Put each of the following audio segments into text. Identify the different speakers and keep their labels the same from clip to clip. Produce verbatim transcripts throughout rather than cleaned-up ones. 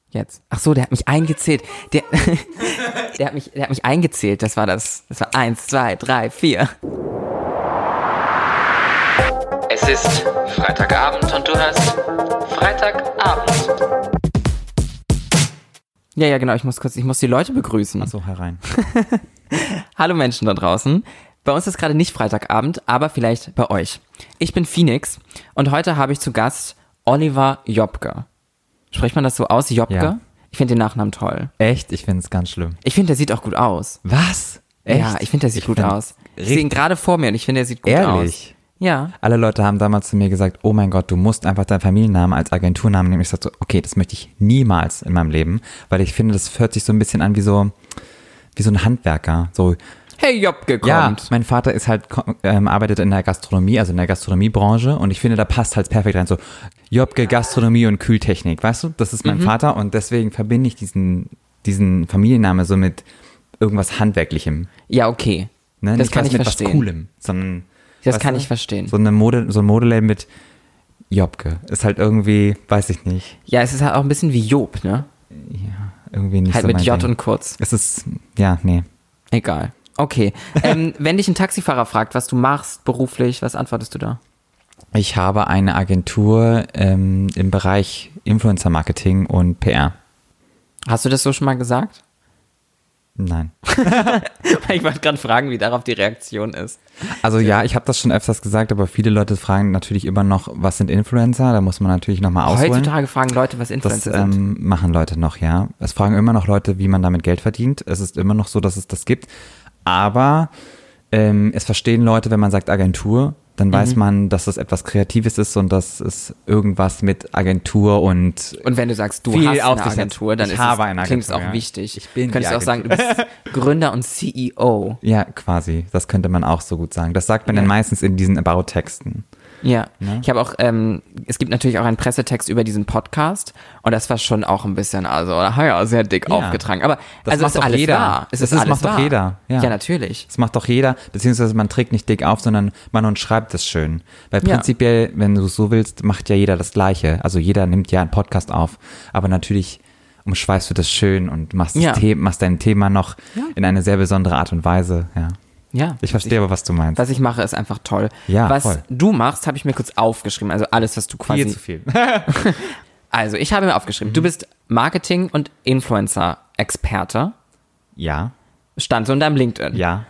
Speaker 1: Jetzt. Ach so, der hat mich eingezählt. Der, der, hat mich, der hat mich eingezählt. Das war das. Das war eins, zwei, drei, vier.
Speaker 2: Es ist Freitagabend und du hörst Freitagabend.
Speaker 1: Ja, ja, genau. Ich muss kurz, ich muss die Leute begrüßen.
Speaker 3: Ach so, herein.
Speaker 1: Hallo Menschen da draußen. Bei uns ist gerade nicht Freitagabend, aber vielleicht bei euch. Ich bin Phoenix und heute habe ich zu Gast Oliver Jobke. Spricht man das so aus, Jobke?
Speaker 3: Ja.
Speaker 1: Ich finde den Nachnamen toll.
Speaker 3: Echt? Ich finde es ganz schlimm.
Speaker 1: Ich finde, der sieht auch gut aus.
Speaker 3: Was? Echt?
Speaker 1: Ja, ich finde, der sieht
Speaker 3: Ich
Speaker 1: gut
Speaker 3: find
Speaker 1: aus. Ich sehe ihn gerade vor mir und ich finde, der sieht gut
Speaker 3: Ehrlich?
Speaker 1: aus. Ja.
Speaker 3: Alle Leute haben damals zu mir gesagt, oh mein Gott, du musst einfach deinen Familiennamen als Agenturnamen nehmen. Ich sagte so, okay, das möchte ich niemals in meinem Leben, weil ich finde, das hört sich so ein bisschen an wie so, wie so ein Handwerker. So,
Speaker 1: Hey, Jobke kommt.
Speaker 3: ja, mein Vater ist halt, ähm, arbeitet in der Gastronomie, also in der Gastronomiebranche und ich finde, da passt halt perfekt rein, so Jobke, Gastronomie und Kühltechnik, weißt du? Das ist mein
Speaker 1: Mhm.
Speaker 3: Vater und deswegen verbinde ich diesen, diesen Familienname so mit irgendwas Handwerklichem.
Speaker 1: Ja, okay.
Speaker 3: Ne?
Speaker 1: Das
Speaker 3: Nicht
Speaker 1: kann
Speaker 3: was
Speaker 1: ich
Speaker 3: mit
Speaker 1: verstehen.
Speaker 3: was Coolem, sondern
Speaker 1: Das
Speaker 3: weißt
Speaker 1: kann
Speaker 3: du?
Speaker 1: ich verstehen.
Speaker 3: So eine Mode, so ein Modelabel mit Jobke ist halt irgendwie, weiß ich nicht,
Speaker 1: Ja, es ist halt auch ein bisschen wie Job, ne?
Speaker 3: irgendwie nicht
Speaker 1: Halt
Speaker 3: so
Speaker 1: mit
Speaker 3: mein
Speaker 1: J
Speaker 3: Ding.
Speaker 1: und kurz.
Speaker 3: Es ist, ja, nee.
Speaker 1: Egal. Okay. ähm, wenn dich ein Taxifahrer fragt, was du machst beruflich, was antwortest du da?
Speaker 3: Ich habe eine Agentur ähm, im Bereich Influencer-Marketing und P R.
Speaker 1: Hast du das so schon mal gesagt?
Speaker 3: Nein.
Speaker 1: Ich wollte gerade fragen, wie darauf die Reaktion ist.
Speaker 3: Also ja, ich habe das schon öfters gesagt, aber viele Leute fragen natürlich immer noch, was sind Influencer? Da muss man natürlich nochmal ausholen.
Speaker 1: Heutzutage fragen Leute, was
Speaker 3: Das
Speaker 1: Influencer sind.
Speaker 3: ähm, machen Leute noch, ja. Es fragen immer noch Leute, wie man damit Geld verdient. Es ist immer noch so, dass es das gibt. Aber ähm, es verstehen Leute, wenn man sagt Agentur, dann weiß
Speaker 1: Mhm.
Speaker 3: man, dass es etwas Kreatives ist und dass es irgendwas mit Agentur und
Speaker 1: Und wenn du sagst, du
Speaker 3: viel
Speaker 1: hast
Speaker 3: auf
Speaker 1: eine
Speaker 3: sich setzt.
Speaker 1: Agentur, dann
Speaker 3: Ich
Speaker 1: ist
Speaker 3: habe
Speaker 1: es,
Speaker 3: eine
Speaker 1: klingt es
Speaker 3: Agentur,
Speaker 1: auch
Speaker 3: ja.
Speaker 1: wichtig.
Speaker 3: Ich bin
Speaker 1: Du könntest
Speaker 3: die
Speaker 1: auch sagen, du bist Gründer und C E O.
Speaker 3: ja, quasi. Das könnte man auch so gut sagen. Das sagt man
Speaker 1: Ja.
Speaker 3: dann meistens in diesen About-Texten.
Speaker 1: Ja,
Speaker 3: Ne?
Speaker 1: ich habe auch, ähm, es gibt natürlich auch einen Pressetext über diesen Podcast und das war schon auch ein bisschen, also, ja, sehr dick
Speaker 3: Ja.
Speaker 1: aufgetragen. Aber
Speaker 3: Das
Speaker 1: also
Speaker 3: macht
Speaker 1: ist
Speaker 3: doch
Speaker 1: alles
Speaker 3: jeder.
Speaker 1: wahr. Es
Speaker 3: Das
Speaker 1: ist
Speaker 3: ist-
Speaker 1: alles
Speaker 3: macht doch
Speaker 1: wahr.
Speaker 3: jeder, ja.
Speaker 1: ja, natürlich.
Speaker 3: Das macht doch jeder, beziehungsweise man trägt nicht dick auf, sondern man umschreibt es schön. Weil
Speaker 1: Ja.
Speaker 3: prinzipiell, wenn du es so willst, macht ja jeder das Gleiche. Also jeder nimmt ja einen Podcast auf, aber natürlich umschweifst du das schön und machst, das
Speaker 1: Ja.
Speaker 3: The- machst dein Thema noch
Speaker 1: Ja.
Speaker 3: in eine sehr besondere Art und Weise. Ja.
Speaker 1: Ja.
Speaker 3: Ich verstehe aber, was du meinst.
Speaker 1: Was ich mache, ist einfach toll.
Speaker 3: Ja,
Speaker 1: was
Speaker 3: voll.
Speaker 1: du machst, habe ich mir kurz aufgeschrieben. Also alles, was du quasi.
Speaker 3: Viel zu viel.
Speaker 1: Also ich habe mir aufgeschrieben, du bist Marketing- und Influencer-Experte.
Speaker 3: Ja,
Speaker 1: Stand so in deinem LinkedIn.
Speaker 3: ja.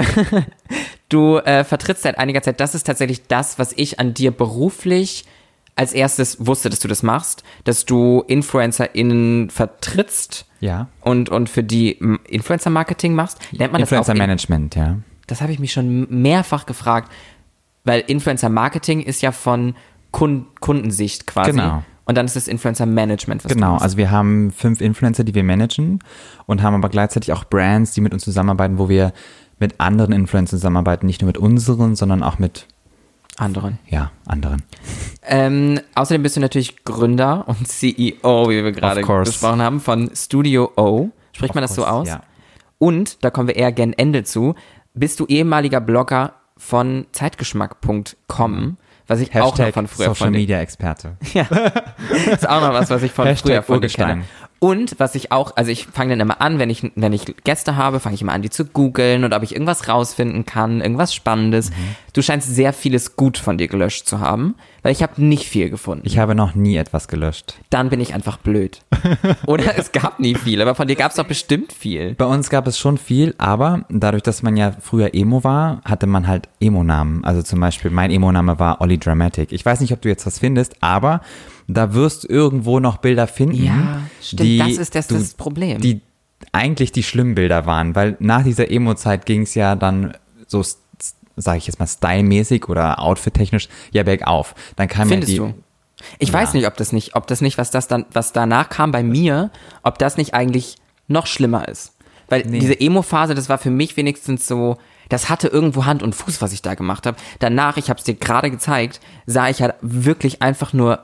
Speaker 1: Du äh, vertrittst seit einiger Zeit, das ist tatsächlich das, was ich an dir beruflich als erstes wusste, dass du das machst, dass du InfluencerInnen vertrittst
Speaker 3: Ja.
Speaker 1: und, und für die m, Influencer-Marketing machst. Nennt man das auch? In,
Speaker 3: Influencer-Management, ja.
Speaker 1: das habe ich mich schon mehrfach gefragt, weil Influencer-Marketing ist ja von Kun- Kundensicht quasi.
Speaker 3: Genau.
Speaker 1: Und dann ist das Influencer-Management, was du
Speaker 3: Genau,
Speaker 1: machst.
Speaker 3: also wir haben fünf Influencer, die wir managen und haben aber gleichzeitig auch Brands, die mit uns zusammenarbeiten, wo wir mit anderen Influencern zusammenarbeiten, nicht nur mit unseren, sondern auch mit,
Speaker 1: Anderen.
Speaker 3: ja, anderen.
Speaker 1: Ähm, außerdem bist du natürlich Gründer und C E O, wie wir gerade
Speaker 3: Of course.
Speaker 1: besprochen haben, von Studio O. Spricht man das so aus?
Speaker 3: Ja.
Speaker 1: Und, da kommen wir eher gen Ende zu, bist du ehemaliger Blogger von zeitgeschmack punkt com, was ich auch noch
Speaker 3: Hashtag
Speaker 1: von früher
Speaker 3: Social
Speaker 1: von dir,
Speaker 3: Media Experte.
Speaker 1: ja, ist auch noch was, was ich von
Speaker 3: Hashtag
Speaker 1: früher von dir
Speaker 3: Urgestein.
Speaker 1: kenne. Und was ich auch, also ich fange dann immer an, wenn ich, wenn ich Gäste habe, fange ich immer an, die zu googeln und ob ich irgendwas rausfinden kann, irgendwas Spannendes.
Speaker 3: Mhm.
Speaker 1: Du scheinst sehr vieles gut von dir gelöscht zu haben, weil ich habe nicht viel gefunden.
Speaker 3: Ich habe noch nie etwas gelöscht.
Speaker 1: Dann bin ich einfach blöd. Oder es gab nie viel, aber von dir gab es doch bestimmt viel.
Speaker 3: Bei uns gab es schon viel, aber dadurch, dass man ja früher Emo war, hatte man halt Emo-Namen. Also zum Beispiel, mein Emo-Name war Olli Dramatic. Ich weiß nicht, ob du jetzt was findest, aber da wirst du irgendwo noch Bilder finden.
Speaker 1: Ja, stimmt,
Speaker 3: die
Speaker 1: das ist das,
Speaker 3: du,
Speaker 1: das Problem.
Speaker 3: Die eigentlich die schlimmen Bilder waren, weil nach dieser Emo-Zeit ging es ja dann so, sage ich jetzt mal, stylmäßig oder outfit-technisch, ja bergauf. Dann kam
Speaker 1: Findest
Speaker 3: ja die,
Speaker 1: du? Ich
Speaker 3: Ja.
Speaker 1: weiß nicht, ob das nicht, ob das nicht, was das dann, was danach kam bei mir, ob das nicht eigentlich noch schlimmer ist. Weil
Speaker 3: Nee.
Speaker 1: diese Emo-Phase, das war für mich wenigstens so, das hatte irgendwo Hand und Fuß, was ich da gemacht habe. Danach, ich habe es dir gerade gezeigt, sah ich halt wirklich einfach nur,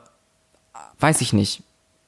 Speaker 1: weiß ich nicht,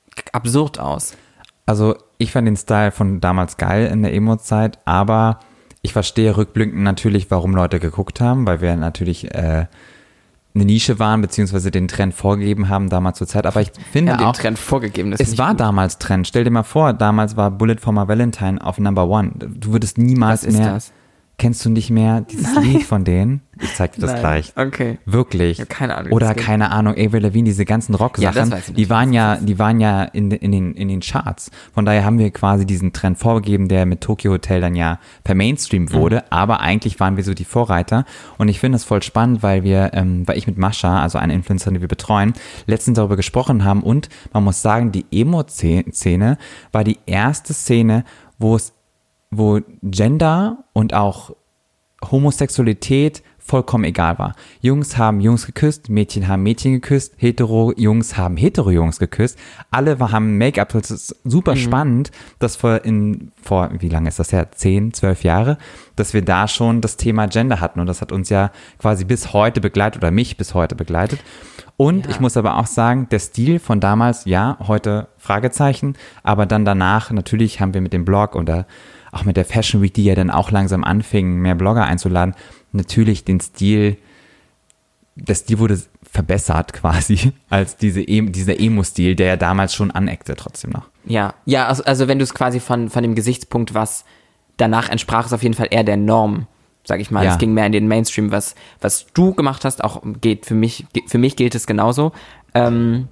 Speaker 1: absurd aus.
Speaker 3: Also ich fand den Style von damals geil in der Emo-Zeit, aber ich verstehe rückblickend natürlich, warum Leute geguckt haben, weil wir natürlich äh, eine Nische waren, beziehungsweise den Trend vorgegeben haben damals zur Zeit. Aber ich finde
Speaker 1: Ja, den
Speaker 3: auch,
Speaker 1: Trend vorgegeben. Das
Speaker 3: es
Speaker 1: finde ich
Speaker 3: war
Speaker 1: gut.
Speaker 3: damals Trend. Stell dir mal vor, damals war Bullet for My Valentine auf Number One. Du würdest niemals
Speaker 1: Was ist
Speaker 3: mehr...
Speaker 1: das?
Speaker 3: Kennst du nicht mehr dieses Lied von denen? Ich zeig dir das
Speaker 1: Nein.
Speaker 3: gleich.
Speaker 1: Okay.
Speaker 3: Wirklich.
Speaker 1: Ich hab keine Ahnung, wie
Speaker 3: Oder
Speaker 1: das geht.
Speaker 3: keine Ahnung, Avril Lavigne, diese ganzen
Speaker 1: Ja,
Speaker 3: Rock-Sachen,
Speaker 1: das weiß ich
Speaker 3: die
Speaker 1: nicht,
Speaker 3: waren
Speaker 1: was
Speaker 3: ja,
Speaker 1: das ist.
Speaker 3: die waren ja in, in, den, in den Charts. Von daher haben wir quasi diesen Trend vorgegeben, der mit Tokyo Hotel dann ja per Mainstream wurde,
Speaker 1: Mhm.
Speaker 3: aber eigentlich waren wir so die Vorreiter. Und ich finde das voll spannend, weil wir, ähm, weil ich mit Mascha, also einer Influencerin, die wir betreuen, letztens darüber gesprochen haben und man muss sagen, die Emo-Szene war die erste Szene, wo es, wo Gender und auch Homosexualität vollkommen egal war. Jungs haben Jungs geküsst, Mädchen haben Mädchen geküsst, Hetero-Jungs haben Hetero-Jungs geküsst. Alle war- haben Make-up. Das ist super spannend, dass vor, in, vor, wie lange ist das her? Zehn, zwölf Jahre, dass wir da schon das Thema Gender hatten. Und das hat uns ja quasi bis heute begleitet oder mich bis heute begleitet. Und
Speaker 1: Ja.
Speaker 3: ich muss aber auch sagen, der Stil von damals, ja, heute Fragezeichen, aber dann danach, natürlich haben wir mit dem Blog oder auch mit der Fashion Week, die ja dann auch langsam anfing, mehr Blogger einzuladen, natürlich den Stil, der Stil wurde verbessert quasi, als diese e, dieser Emo-Stil, der ja damals schon aneckte trotzdem noch.
Speaker 1: Ja, ja, also, also wenn du es quasi von, von dem Gesichtspunkt, was danach entsprach, ist auf jeden Fall eher der Norm, sag ich mal.
Speaker 3: Ja.
Speaker 1: Es ging mehr in den Mainstream, was, was du gemacht hast, auch geht für mich, für mich gilt es genauso. Ähm,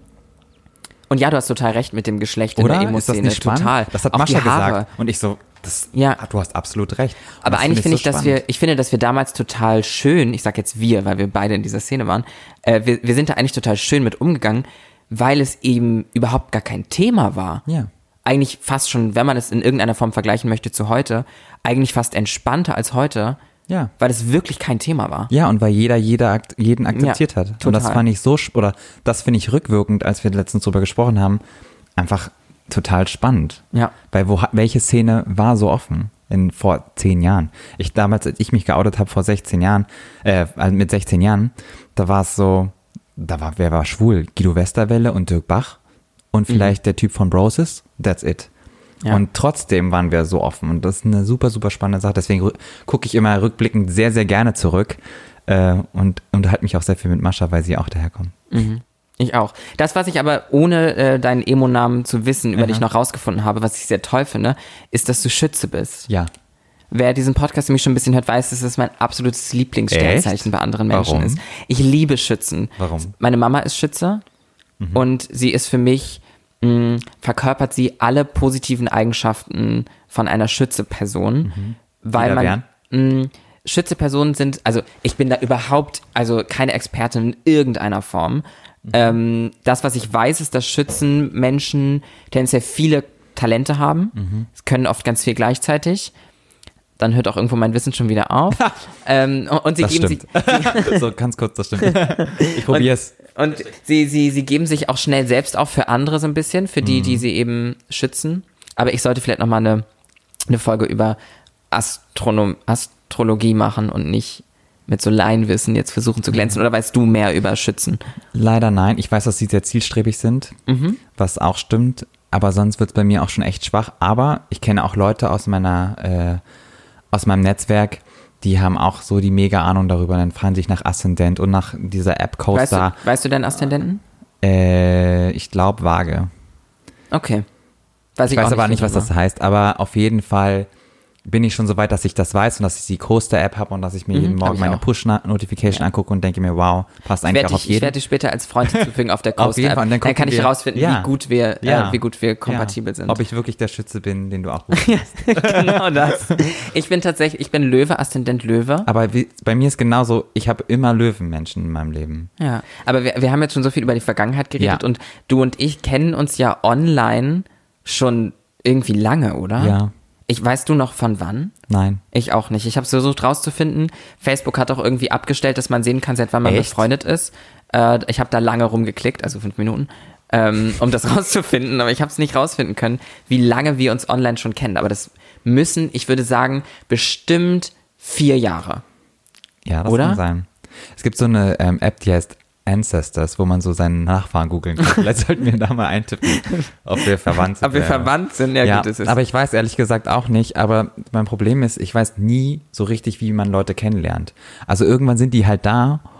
Speaker 1: und ja, du hast total recht mit dem Geschlecht in
Speaker 3: Oder?
Speaker 1: der
Speaker 3: Ist das
Speaker 1: Emo-Szene.
Speaker 3: nicht spannend?
Speaker 1: Total.
Speaker 3: Das hat
Speaker 1: Auch
Speaker 3: Mascha
Speaker 1: die Haare.
Speaker 3: gesagt. Und ich so, das,
Speaker 1: Ja.
Speaker 3: ah, du hast absolut recht. Und
Speaker 1: Aber
Speaker 3: das
Speaker 1: eigentlich finde ich,
Speaker 3: so
Speaker 1: dass
Speaker 3: spannend.
Speaker 1: wir, ich finde, dass wir damals total schön, ich sag jetzt wir, weil wir beide in dieser Szene waren, äh, wir, wir sind da eigentlich total schön mit umgegangen, weil es eben überhaupt gar kein Thema war.
Speaker 3: Ja.
Speaker 1: Eigentlich fast schon, wenn man es in irgendeiner Form vergleichen möchte zu heute, eigentlich fast entspannter als heute,
Speaker 3: Ja.
Speaker 1: weil es wirklich kein Thema war.
Speaker 3: Ja, und weil jeder, jeder akt- jeden akzeptiert
Speaker 1: Ja,
Speaker 3: hat. Und
Speaker 1: total.
Speaker 3: das fand ich so, sp- oder das finde ich rückwirkend, als wir letztens drüber gesprochen haben, einfach total spannend.
Speaker 1: Ja.
Speaker 3: Weil wo, ha- welche Szene war so offen in vor zehn Jahren? Ich damals, als ich mich geoutet habe vor sechzehn Jahren, äh, also mit sechzehn Jahren, da war es so, da war, wer war schwul? Guido Westerwelle und Dirk Bach und vielleicht der Typ von Broses, that's it.
Speaker 1: Ja.
Speaker 3: Und trotzdem waren wir so offen und das ist eine super, super spannende Sache. Deswegen rü- gucke ich immer rückblickend sehr, sehr gerne zurück äh, und unterhalte mich auch sehr viel mit Mascha, weil sie auch daherkommt.
Speaker 1: Ich auch. Das, was ich aber ohne äh, deinen Emo-Namen zu wissen, über
Speaker 3: Aha.
Speaker 1: dich noch rausgefunden habe, was ich sehr toll finde, ist, dass du Schütze bist.
Speaker 3: Ja.
Speaker 1: Wer diesen Podcast nämlich schon ein bisschen hört, weiß, dass es mein absolutes Lieblingssternzeichen
Speaker 3: Echt?
Speaker 1: bei anderen Menschen
Speaker 3: Warum?
Speaker 1: ist. Ich liebe Schützen.
Speaker 3: Warum? Mhm.
Speaker 1: Meine Mama ist Schütze und sie ist für mich, mh, verkörpert sie alle positiven Eigenschaften von einer Schütze-Person, weil
Speaker 3: Die da
Speaker 1: man... mh, Schütze-Personen sind, also ich bin da überhaupt, also keine Expertin in irgendeiner Form. Ähm, das, was ich weiß, ist, dass Schützenmenschen tendenziell viele Talente haben. Es können oft ganz viel gleichzeitig. Dann hört auch irgendwo mein Wissen schon wieder auf. ähm, und und sie
Speaker 3: Das
Speaker 1: geben
Speaker 3: stimmt.
Speaker 1: sich
Speaker 3: so, ganz kurz, das stimmt. Ich probiere es.
Speaker 1: und sie, sie, sie geben sich auch schnell selbst auf für andere so ein bisschen, für
Speaker 3: Mhm.
Speaker 1: die, die sie eben schützen. Aber ich sollte vielleicht nochmal eine, eine Folge über Astronom, Astrologie machen und nicht mit so Laienwissen jetzt versuchen zu glänzen. Oder weißt du mehr über Schützen?
Speaker 3: Leider nein. Ich weiß, dass sie sehr zielstrebig sind, was auch stimmt. Aber sonst wird es bei mir auch schon echt schwach. Aber ich kenne auch Leute aus meiner, äh, aus meinem Netzwerk, die haben auch so die mega Ahnung darüber. Dann fragen sich nach Aszendent und nach dieser App
Speaker 1: Weißt
Speaker 3: Coaster.
Speaker 1: du, weißt du deinen Aszendenten?
Speaker 3: Äh, ich glaube Waage.
Speaker 1: Okay. Weiß
Speaker 3: Ich
Speaker 1: auch
Speaker 3: weiß aber nicht, was
Speaker 1: drüber.
Speaker 3: das heißt. Aber auf jeden Fall bin ich schon so weit, dass ich das weiß und dass ich die Coaster-App habe und dass ich mir jeden
Speaker 1: hab
Speaker 3: Morgen
Speaker 1: ich
Speaker 3: meine
Speaker 1: auch.
Speaker 3: Push-Notification angucke und denke mir, wow, passt
Speaker 1: Ich
Speaker 3: eigentlich
Speaker 1: werde
Speaker 3: auch auf
Speaker 1: dich, ich
Speaker 3: jeden.
Speaker 1: werd dich später als Freund hinzufügen auf der Coaster
Speaker 3: jeden
Speaker 1: App.
Speaker 3: Fall. Und
Speaker 1: Dann,
Speaker 3: dann
Speaker 1: kann
Speaker 3: gucken
Speaker 1: ich
Speaker 3: wir-
Speaker 1: herausfinden,
Speaker 3: Ja.
Speaker 1: wie gut wir,
Speaker 3: Ja.
Speaker 1: äh, wie gut wir kompatibel sind.
Speaker 3: Ob ich wirklich der Schütze bin, den du auch gut
Speaker 1: Genau das. Ich bin tatsächlich, ich bin Löwe, Aszendent Löwe.
Speaker 3: Aber wie, bei mir ist genauso, ich habe immer Löwenmenschen in meinem Leben.
Speaker 1: Ja, aber wir, wir haben jetzt schon so viel über die Vergangenheit geredet
Speaker 3: Ja.
Speaker 1: und du und ich kennen uns ja online schon irgendwie lange, oder?
Speaker 3: Ja.
Speaker 1: Ich weißt du noch von wann?
Speaker 3: Nein.
Speaker 1: Ich auch nicht. Ich habe versucht rauszufinden. Facebook hat auch irgendwie abgestellt, dass man sehen kann, seit wann man
Speaker 3: Echt?
Speaker 1: befreundet ist. Äh, ich habe da lange rumgeklickt, also fünf Minuten, ähm, um das rauszufinden, aber ich habe es nicht rausfinden können, wie lange wir uns online schon kennen. Aber das müssen, ich würde sagen, bestimmt vier Jahre.
Speaker 3: Ja, das
Speaker 1: Oder?
Speaker 3: kann sein. Es gibt so eine ähm, App, die heißt Ancestors, wo man so seinen Nachfahren googeln kann. Vielleicht sollten wir da mal eintippen, ob wir verwandt sind.
Speaker 1: Ob wir
Speaker 3: Ja.
Speaker 1: verwandt sind, ja,
Speaker 3: Ja,
Speaker 1: gut, das ist.
Speaker 3: aber ich weiß ehrlich gesagt auch nicht, aber mein Problem ist, ich weiß nie so richtig, wie man Leute kennenlernt. Also irgendwann sind die halt da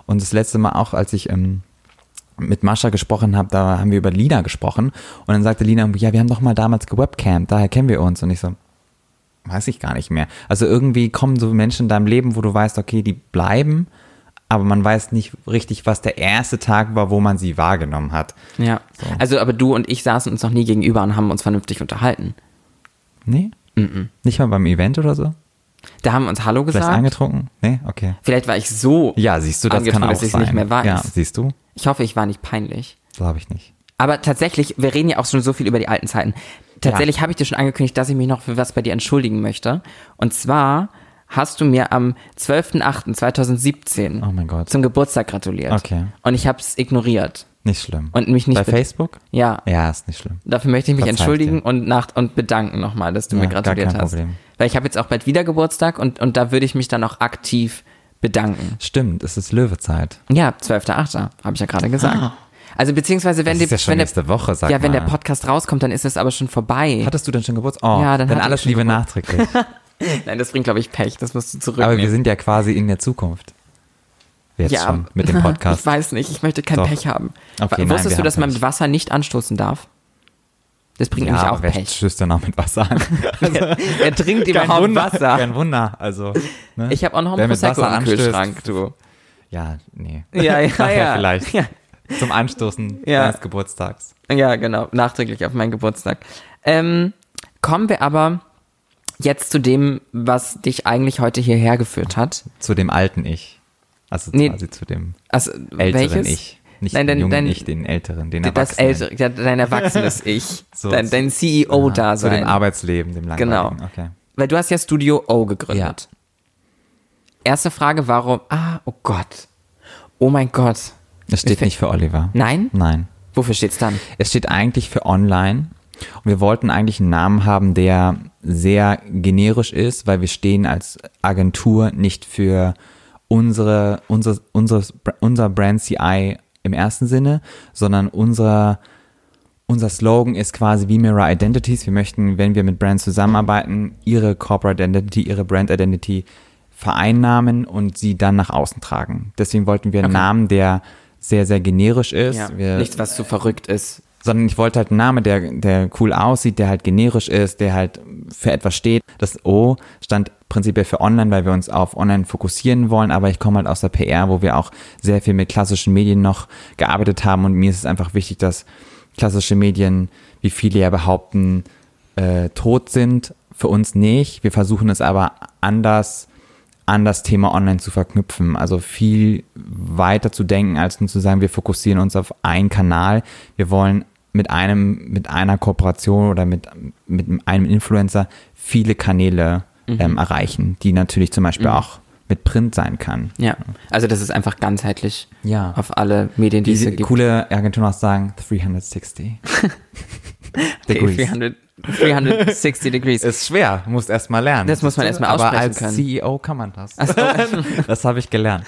Speaker 3: Und das letzte Mal auch, als ich ähm, mit Mascha gesprochen habe, da haben wir über Lina gesprochen. Und dann sagte Lina, ja, wir haben doch mal damals gewebcamt, daher kennen wir uns. Und ich so, weiß ich gar nicht mehr. Also irgendwie kommen so Menschen in deinem Leben, wo du weißt, okay, die bleiben, aber man weiß nicht richtig, was der erste Tag war, wo man sie wahrgenommen hat.
Speaker 1: Ja,
Speaker 3: so.
Speaker 1: Also aber du und ich saßen uns noch nie gegenüber und haben uns vernünftig unterhalten.
Speaker 3: Nee?
Speaker 1: Mm-mm.
Speaker 3: Nicht mal beim Event oder so?
Speaker 1: Da haben wir uns Hallo gesagt.
Speaker 3: Vielleicht angetrunken? Nee? Okay.
Speaker 1: Vielleicht war ich so
Speaker 3: Ja, siehst du, das kann
Speaker 1: angetrunken,
Speaker 3: auch
Speaker 1: dass ich es
Speaker 3: sein.
Speaker 1: nicht mehr weiß.
Speaker 3: Ja, siehst du?
Speaker 1: Ich hoffe, ich war nicht peinlich.
Speaker 3: Glaube ich nicht.
Speaker 1: Aber tatsächlich, wir reden ja auch schon so viel über die alten Zeiten. Tatsächlich
Speaker 3: Ja.
Speaker 1: habe ich dir schon angekündigt, dass ich mich noch für was bei dir entschuldigen möchte. Und zwar hast du mir am zwölften achten zweitausendsiebzehn
Speaker 3: Oh mein Gott.
Speaker 1: zum Geburtstag gratuliert.
Speaker 3: Okay.
Speaker 1: Und ich habe es ignoriert.
Speaker 3: Nicht schlimm.
Speaker 1: Und mich nicht
Speaker 3: Bei
Speaker 1: be-
Speaker 3: Facebook?
Speaker 1: Ja,
Speaker 3: Ja, ist nicht schlimm.
Speaker 1: dafür möchte ich mich
Speaker 3: Verzeih ich
Speaker 1: entschuldigen
Speaker 3: dir.
Speaker 1: und, nach, und bedanken nochmal, dass du
Speaker 3: Ja,
Speaker 1: mir
Speaker 3: gar
Speaker 1: gratuliert
Speaker 3: kein
Speaker 1: hast.
Speaker 3: Problem.
Speaker 1: Weil ich habe jetzt auch bald wieder Geburtstag und, und da würde ich mich dann auch aktiv bedanken.
Speaker 3: Stimmt, es ist Löwezeit.
Speaker 1: Ja, zwölfter achter habe ich ja gerade gesagt. Also beziehungsweise, wenn,
Speaker 3: Das
Speaker 1: die,
Speaker 3: ist ja schon
Speaker 1: wenn, der,
Speaker 3: nächste Woche, sag
Speaker 1: ja, wenn
Speaker 3: mal.
Speaker 1: der Podcast rauskommt, dann ist es aber schon vorbei.
Speaker 3: Hattest du denn schon Geburtstag? Oh,
Speaker 1: Ja, dann
Speaker 3: dann
Speaker 1: hatte ich
Speaker 3: alles
Speaker 1: schon
Speaker 3: Liebe
Speaker 1: Geburt-
Speaker 3: nachträglich.
Speaker 1: Nein, das bringt, glaube ich, Pech. Das musst du zurücknehmen.
Speaker 3: Aber wir sind ja quasi in der Zukunft. Jetzt
Speaker 1: ja,
Speaker 3: schon, mit dem Podcast.
Speaker 1: Ich weiß nicht, ich möchte kein
Speaker 3: Doch.
Speaker 1: Pech haben.
Speaker 3: Okay, nein,
Speaker 1: Wusstest
Speaker 3: wir
Speaker 1: du, dass
Speaker 3: haben
Speaker 1: man
Speaker 3: Pech.
Speaker 1: mit Wasser nicht anstoßen darf? Das bringt nämlich auch
Speaker 3: wer
Speaker 1: Pech.
Speaker 3: stößt denn auch mit Wasser an?
Speaker 1: Wer, wer trinkt
Speaker 3: Kein
Speaker 1: überhaupt
Speaker 3: Wunder,
Speaker 1: Wasser?
Speaker 3: Kein Wunder, also. Ne?
Speaker 1: Ich habe auch noch einen
Speaker 3: Wer mit
Speaker 1: Prosecco
Speaker 3: Wasser
Speaker 1: im
Speaker 3: anstößt,
Speaker 1: Kühlschrank, du.
Speaker 3: Ja, nee.
Speaker 1: Ja, ja,
Speaker 3: Nachher
Speaker 1: ja.
Speaker 3: vielleicht.
Speaker 1: Ja.
Speaker 3: Zum Anstoßen
Speaker 1: Ja.
Speaker 3: deines Geburtstags.
Speaker 1: Ja, genau, nachträglich auf meinen Geburtstag. Ähm, kommen wir aber jetzt zu dem, was dich eigentlich heute hierher geführt hat.
Speaker 3: Zu dem alten Ich. Also
Speaker 1: Nee.
Speaker 3: quasi zu dem
Speaker 1: Also,
Speaker 3: älteren
Speaker 1: welches?
Speaker 3: Ich. Nicht
Speaker 1: Nein,
Speaker 3: den
Speaker 1: dein-
Speaker 3: jungen
Speaker 1: dein-
Speaker 3: Ich, den älteren, den
Speaker 1: Das
Speaker 3: Erwachsenen.
Speaker 1: ältere, ja, dein erwachsenes Ich.
Speaker 3: So,
Speaker 1: dein, dein C E
Speaker 3: Aha, Zu
Speaker 1: O-Dasein.
Speaker 3: dem Arbeitsleben, dem
Speaker 1: Genau.
Speaker 3: langweiligen. Okay.
Speaker 1: Weil du hast ja Studio O gegründet. Erste Frage, warum? Ah, oh Gott. Oh mein Gott.
Speaker 3: Das steht
Speaker 1: Mir
Speaker 3: nicht für Oliver.
Speaker 1: Nein?
Speaker 3: Nein.
Speaker 1: Wofür steht's dann?
Speaker 3: Es steht eigentlich für online. Und wir wollten eigentlich einen Namen haben, der sehr generisch ist, weil wir stehen als Agentur nicht für unsere, unser, unser, unser Brand C I im ersten Sinne, sondern unser, unser Slogan ist quasi wie Mirror Identities. Wir möchten, wenn wir mit Brands zusammenarbeiten, ihre Corporate Identity, ihre Brand Identity vereinnahmen und sie dann nach außen tragen. Deswegen wollten wir einen
Speaker 1: Okay.
Speaker 3: Namen, der sehr, sehr generisch ist.
Speaker 1: Ja,
Speaker 3: Wir,
Speaker 1: nichts, was zu verrückt ist.
Speaker 3: sondern ich wollte halt einen Namen, der, der cool aussieht, der halt generisch ist, der halt für etwas steht. Das O stand prinzipiell für online, weil wir uns auf online fokussieren wollen, aber ich komme halt aus der P R, wo wir auch sehr viel mit klassischen Medien noch gearbeitet haben und mir ist es einfach wichtig, dass klassische Medien, wie viele ja behaupten, äh, tot sind. Für uns nicht. Wir versuchen es aber anders an das Thema online zu verknüpfen, also viel weiter zu denken, als nur zu sagen, wir fokussieren uns auf einen Kanal. Wir wollen mit einem, mit einer Kooperation oder mit, mit einem Influencer viele Kanäle
Speaker 1: Mhm.
Speaker 3: ähm, erreichen, die natürlich zum Beispiel
Speaker 1: Mhm.
Speaker 3: auch mit Print sein kann.
Speaker 1: Ja, also das ist einfach ganzheitlich
Speaker 3: Ja.
Speaker 1: auf alle Medien, die es
Speaker 3: Diese
Speaker 1: so gibt.
Speaker 3: coole Agenturen auch sagen, dreihundertsechzig
Speaker 1: Okay,
Speaker 3: Degrees.
Speaker 1: dreihundert, dreihundertsechzig Degrees.
Speaker 3: Ist schwer, musst erst mal lernen.
Speaker 1: Das muss man erst mal
Speaker 3: Aber
Speaker 1: aussprechen
Speaker 3: als
Speaker 1: können.
Speaker 3: C E O kann man das.
Speaker 1: Ach so.
Speaker 3: Das habe ich gelernt.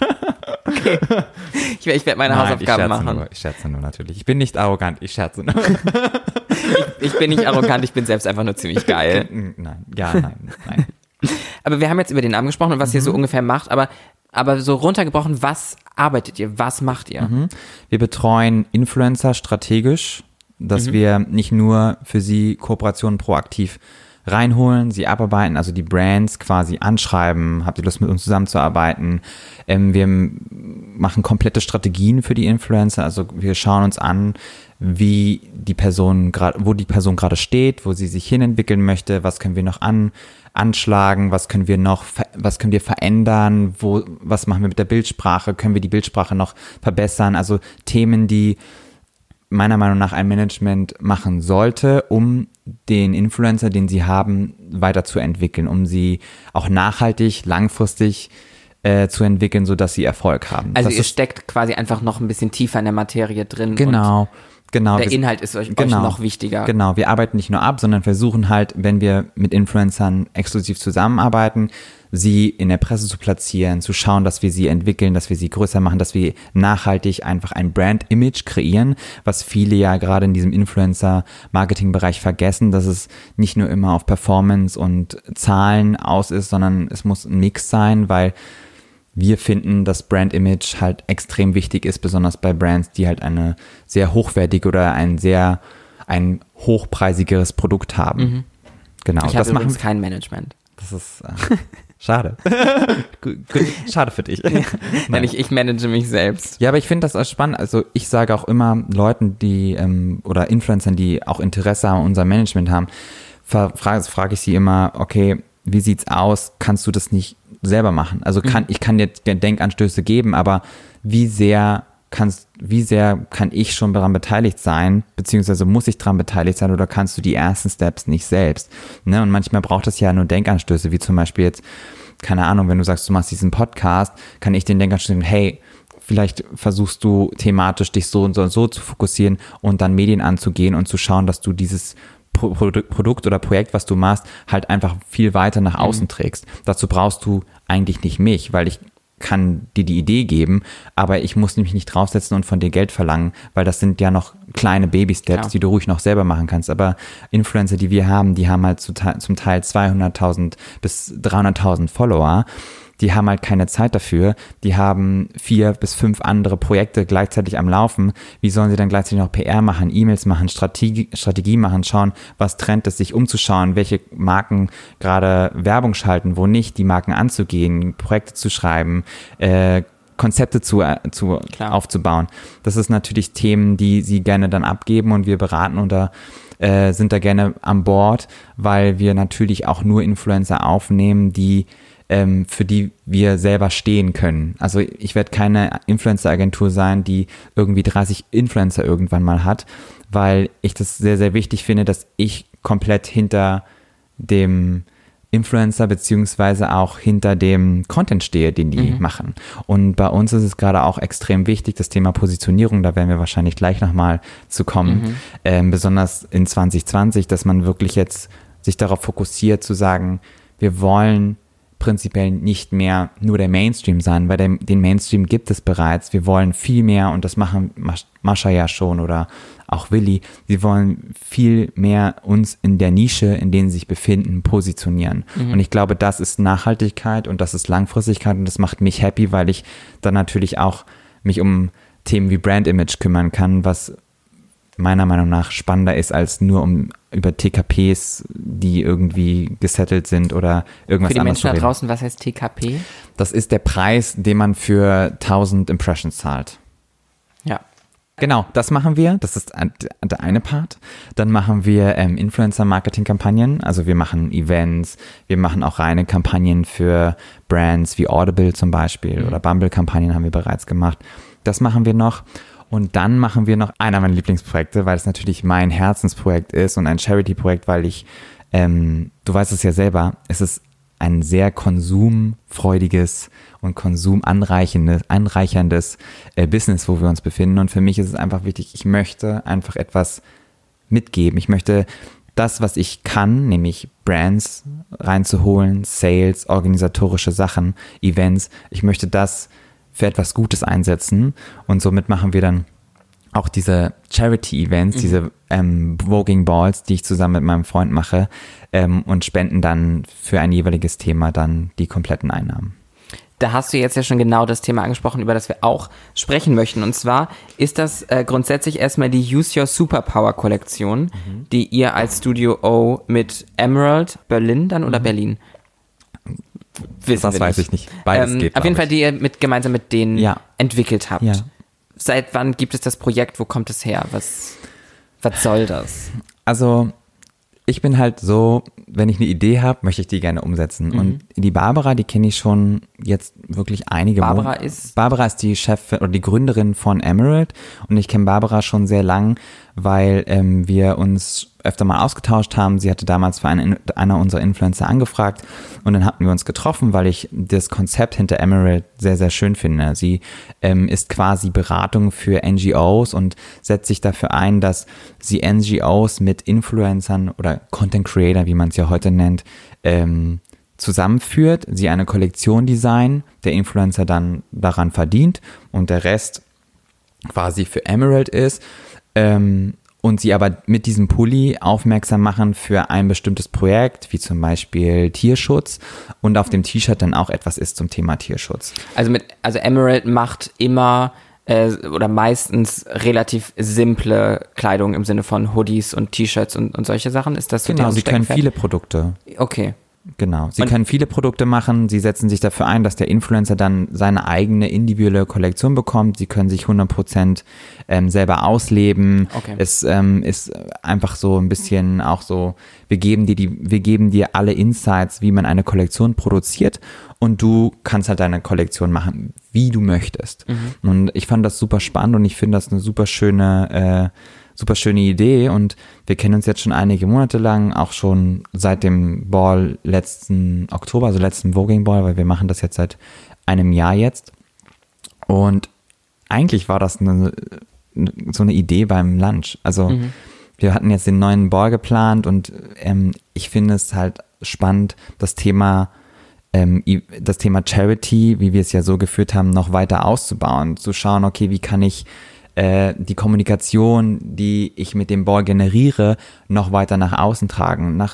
Speaker 1: Ich, ich werde meine
Speaker 3: Nein,
Speaker 1: Hausaufgaben
Speaker 3: ich scherze
Speaker 1: machen.
Speaker 3: Nur, ich scherze nur natürlich. Ich bin nicht arrogant, ich scherze nur.
Speaker 1: Ich bin nicht arrogant, ich bin selbst einfach nur ziemlich geil.
Speaker 3: Nein, ja, nein, nein.
Speaker 1: Aber wir haben jetzt über den Namen gesprochen und was ihr
Speaker 3: Mhm.
Speaker 1: so ungefähr macht, aber, aber so runtergebrochen, was arbeitet ihr, was macht ihr?
Speaker 3: Mhm. Wir betreuen Influencer strategisch, dass
Speaker 1: Mhm.
Speaker 3: wir nicht nur für sie Kooperationen proaktiv reinholen, sie abarbeiten, also die Brands quasi anschreiben, habt ihr Lust mit uns zusammenzuarbeiten. Ähm, wir m- machen komplette Strategien für die Influencer, also wir schauen uns an, wie die Person gerade, wo die Person gerade steht, wo sie sich hinentwickeln möchte, was können wir noch an, anschlagen, was können wir noch, ver- was können wir verändern, wo, was machen wir mit der Bildsprache, können wir die Bildsprache noch verbessern, also Themen, die meiner Meinung nach ein Management machen sollte, um den Influencer, den sie haben, weiterzuentwickeln, um sie auch nachhaltig, langfristig äh, zu entwickeln, sodass sie Erfolg haben.
Speaker 1: Also
Speaker 3: Das
Speaker 1: ihr
Speaker 3: ist,
Speaker 1: steckt quasi einfach noch ein bisschen tiefer in der Materie drin.
Speaker 3: genau, genau.
Speaker 1: Und der
Speaker 3: Wir-
Speaker 1: Inhalt ist euch,
Speaker 3: Genau.
Speaker 1: euch noch wichtiger.
Speaker 3: Genau, wir arbeiten nicht nur ab, sondern versuchen halt, wenn wir mit Influencern exklusiv zusammenarbeiten, sie in der Presse zu platzieren, zu schauen, dass wir sie entwickeln, dass wir sie größer machen, dass wir nachhaltig einfach ein Brand-Image kreieren, was viele ja gerade in diesem Influencer-Marketing-Bereich vergessen, dass es nicht nur immer auf Performance und Zahlen aus ist, sondern es muss ein Mix sein, weil wir finden, dass Brand Image halt extrem wichtig ist, besonders bei Brands, die halt eine sehr hochwertige oder ein sehr, ein hochpreisigeres Produkt haben.
Speaker 1: Mhm.
Speaker 3: Genau.
Speaker 1: Ich habe übrigens kein Management.
Speaker 3: Das ist äh, schade. gut, gut, schade für dich.
Speaker 1: Nein, ich, ich manage mich selbst.
Speaker 3: Ja, aber ich finde das auch spannend. Also ich sage auch immer Leuten, die ähm, oder Influencern, die auch Interesse an unserem Management haben, frage frag ich sie immer, okay, wie sieht's aus? Kannst du das nicht selber machen? Also kann, mhm. ich kann dir Denkanstöße geben, aber wie sehr kannst, wie sehr kann ich schon daran beteiligt sein, beziehungsweise muss ich daran beteiligt sein oder kannst du die ersten Steps nicht selbst? Ne? Und manchmal braucht es ja nur Denkanstöße, wie zum Beispiel jetzt, keine Ahnung, wenn du sagst, du machst diesen Podcast, kann ich den Denkanstöße sagen, hey, vielleicht versuchst du thematisch dich so und so und so zu fokussieren und dann Medien anzugehen und zu schauen, dass du dieses Produkt oder Projekt, was du machst, halt einfach viel weiter nach außen mhm. trägst. Dazu brauchst du eigentlich nicht mich, weil ich kann dir die Idee geben, aber ich muss mich nicht draufsetzen und von dir Geld verlangen, weil das sind ja noch kleine Baby-Steps, ja. die du ruhig noch selber machen kannst. Aber Influencer, die wir haben, die haben halt zum Teil zweihunderttausend bis dreihunderttausend Follower. Die haben halt keine Zeit dafür. Die haben vier bis fünf andere Projekte gleichzeitig am Laufen. Wie sollen sie dann gleichzeitig noch P R machen, E-Mails machen, Strategie, Strategie machen, schauen, was Trend ist, sich umzuschauen, welche Marken gerade Werbung schalten, wo nicht, die Marken anzugehen, Projekte zu schreiben, äh, Konzepte zu, zu aufzubauen. Das ist natürlich Themen, die sie gerne dann abgeben und wir beraten und da äh, sind da gerne an Bord, weil wir natürlich auch nur Influencer aufnehmen, die Ähm, für die wir selber stehen können. Also ich werde keine Influencer-Agentur sein, die irgendwie dreißig Influencer irgendwann mal hat, weil ich das sehr, sehr wichtig finde, dass ich komplett hinter dem Influencer beziehungsweise auch hinter dem Content stehe, den die mhm. machen. Und bei uns ist es gerade auch extrem wichtig, das Thema Positionierung, da werden wir wahrscheinlich gleich nochmal zu kommen, mhm. ähm, besonders in zwanzig zwanzig, dass man wirklich jetzt sich darauf fokussiert zu sagen, wir wollen prinzipiell nicht mehr nur der Mainstream sein, weil der, den Mainstream gibt es bereits. Wir wollen viel mehr, und das machen Mascha ja schon oder auch Willi, sie wollen viel mehr uns in der Nische, in denen sie sich befinden, positionieren. Mhm. Und ich glaube, das ist Nachhaltigkeit und das ist Langfristigkeit und das macht mich happy, weil ich dann natürlich auch mich um Themen wie Brand Image kümmern kann, was meiner Meinung nach spannender ist, als nur um über T K Ps, die irgendwie gesettelt sind oder irgendwas anderes.
Speaker 1: Für die Menschen da draußen, was heißt T K P?
Speaker 3: Das ist der Preis, den man für tausend Impressions zahlt.
Speaker 1: Ja.
Speaker 3: Genau, das machen wir. Das ist der eine Part. Dann machen wir ähm, Influencer-Marketing-Kampagnen. Also wir machen Events, wir machen auch reine Kampagnen für Brands wie Audible zum Beispiel mhm. oder Bumble-Kampagnen haben wir bereits gemacht. Das machen wir noch. Und dann machen wir noch einer meiner Lieblingsprojekte, weil es natürlich mein Herzensprojekt ist und ein Charity-Projekt, weil ich, ähm, du weißt es ja selber, es ist ein sehr konsumfreudiges und konsumanreicherndes anreicherndes äh, Business, wo wir uns befinden. Und für mich ist es einfach wichtig, ich möchte einfach etwas mitgeben. Ich möchte das, was ich kann, nämlich Brands reinzuholen, Sales, organisatorische Sachen, Events, ich möchte das für etwas Gutes einsetzen und somit machen wir dann auch diese Charity-Events, mhm. diese ähm, Voging Balls, die ich zusammen mit meinem Freund mache ähm, und spenden dann für ein jeweiliges Thema dann die kompletten Einnahmen.
Speaker 1: Da hast du jetzt ja schon genau das Thema angesprochen, über das wir auch sprechen möchten. Und zwar ist das äh, grundsätzlich erstmal die Use Your Superpower Kollektion, mhm. die ihr als Studio O mit Emerald Berlin dann oder mhm. Berlin?
Speaker 3: Wissen das weiß ich nicht. Beides
Speaker 1: ähm,
Speaker 3: geht,
Speaker 1: auf jeden Fall, die ihr mit, gemeinsam mit denen
Speaker 3: ja.
Speaker 1: entwickelt habt.
Speaker 3: Ja.
Speaker 1: Seit wann gibt es das Projekt? Wo kommt es her? Was, was soll das?
Speaker 3: Also ich bin halt so, wenn ich eine Idee habe, möchte ich die gerne umsetzen. Mhm. Und die Barbara, die kenne ich schon jetzt wirklich einige Monate.
Speaker 1: Barbara ist?
Speaker 3: Barbara ist die Chefin oder die Gründerin von Emerald. Und ich kenne Barbara schon sehr lang, weil ähm, wir uns öfter mal ausgetauscht haben. Sie hatte damals für einen, einer unserer Influencer angefragt und dann hatten wir uns getroffen, weil ich das Konzept hinter Emerald sehr, sehr schön finde. Sie ähm, ist quasi Beratung für N G Os und setzt sich dafür ein, dass sie N G Os mit Influencern oder Content Creator, wie man es ja heute nennt, ähm, zusammenführt. Sie eine Kollektion designen, der Influencer dann daran verdient und der Rest quasi für Emerald ist. Ähm, und sie aber mit diesem Pulli aufmerksam machen für ein bestimmtes Projekt, wie zum Beispiel Tierschutz und auf dem T-Shirt dann auch etwas ist zum Thema Tierschutz.
Speaker 1: Also mit, also Emerald macht immer äh, oder meistens relativ simple Kleidung im Sinne von Hoodies und T-Shirts und, und solche Sachen. Ist das so
Speaker 3: Genau,
Speaker 1: deren
Speaker 3: sie können
Speaker 1: Steckenpferd?
Speaker 3: viele Produkte.
Speaker 1: Okay.
Speaker 3: Genau, sie
Speaker 1: Und-
Speaker 3: können viele Produkte machen, sie setzen sich dafür ein, dass der Influencer dann seine eigene individuelle Kollektion bekommt, sie können sich hundert Prozent ähm, selber ausleben,
Speaker 1: Okay.
Speaker 3: es ähm, ist einfach so ein bisschen auch so, wir geben dir die, wir geben dir alle Insights, wie man eine Kollektion produziert und du kannst halt deine Kollektion machen, wie du möchtest.
Speaker 1: Mhm.
Speaker 3: Und ich fand das super spannend und ich finde das eine super schöne äh, super schöne Idee und wir kennen uns jetzt schon einige Monate lang, auch schon seit dem Ball letzten Oktober, also letzten Voging Ball, weil wir machen das jetzt seit einem Jahr jetzt und eigentlich war das eine, so eine Idee beim Lunch, also mhm. wir hatten jetzt den neuen Ball geplant und ähm, ich finde es halt spannend, das Thema ähm, das Thema Charity, wie wir es ja so geführt haben, noch weiter auszubauen, zu schauen, okay, wie kann ich die Kommunikation, die ich mit dem Ball generiere, noch weiter nach außen tragen, nach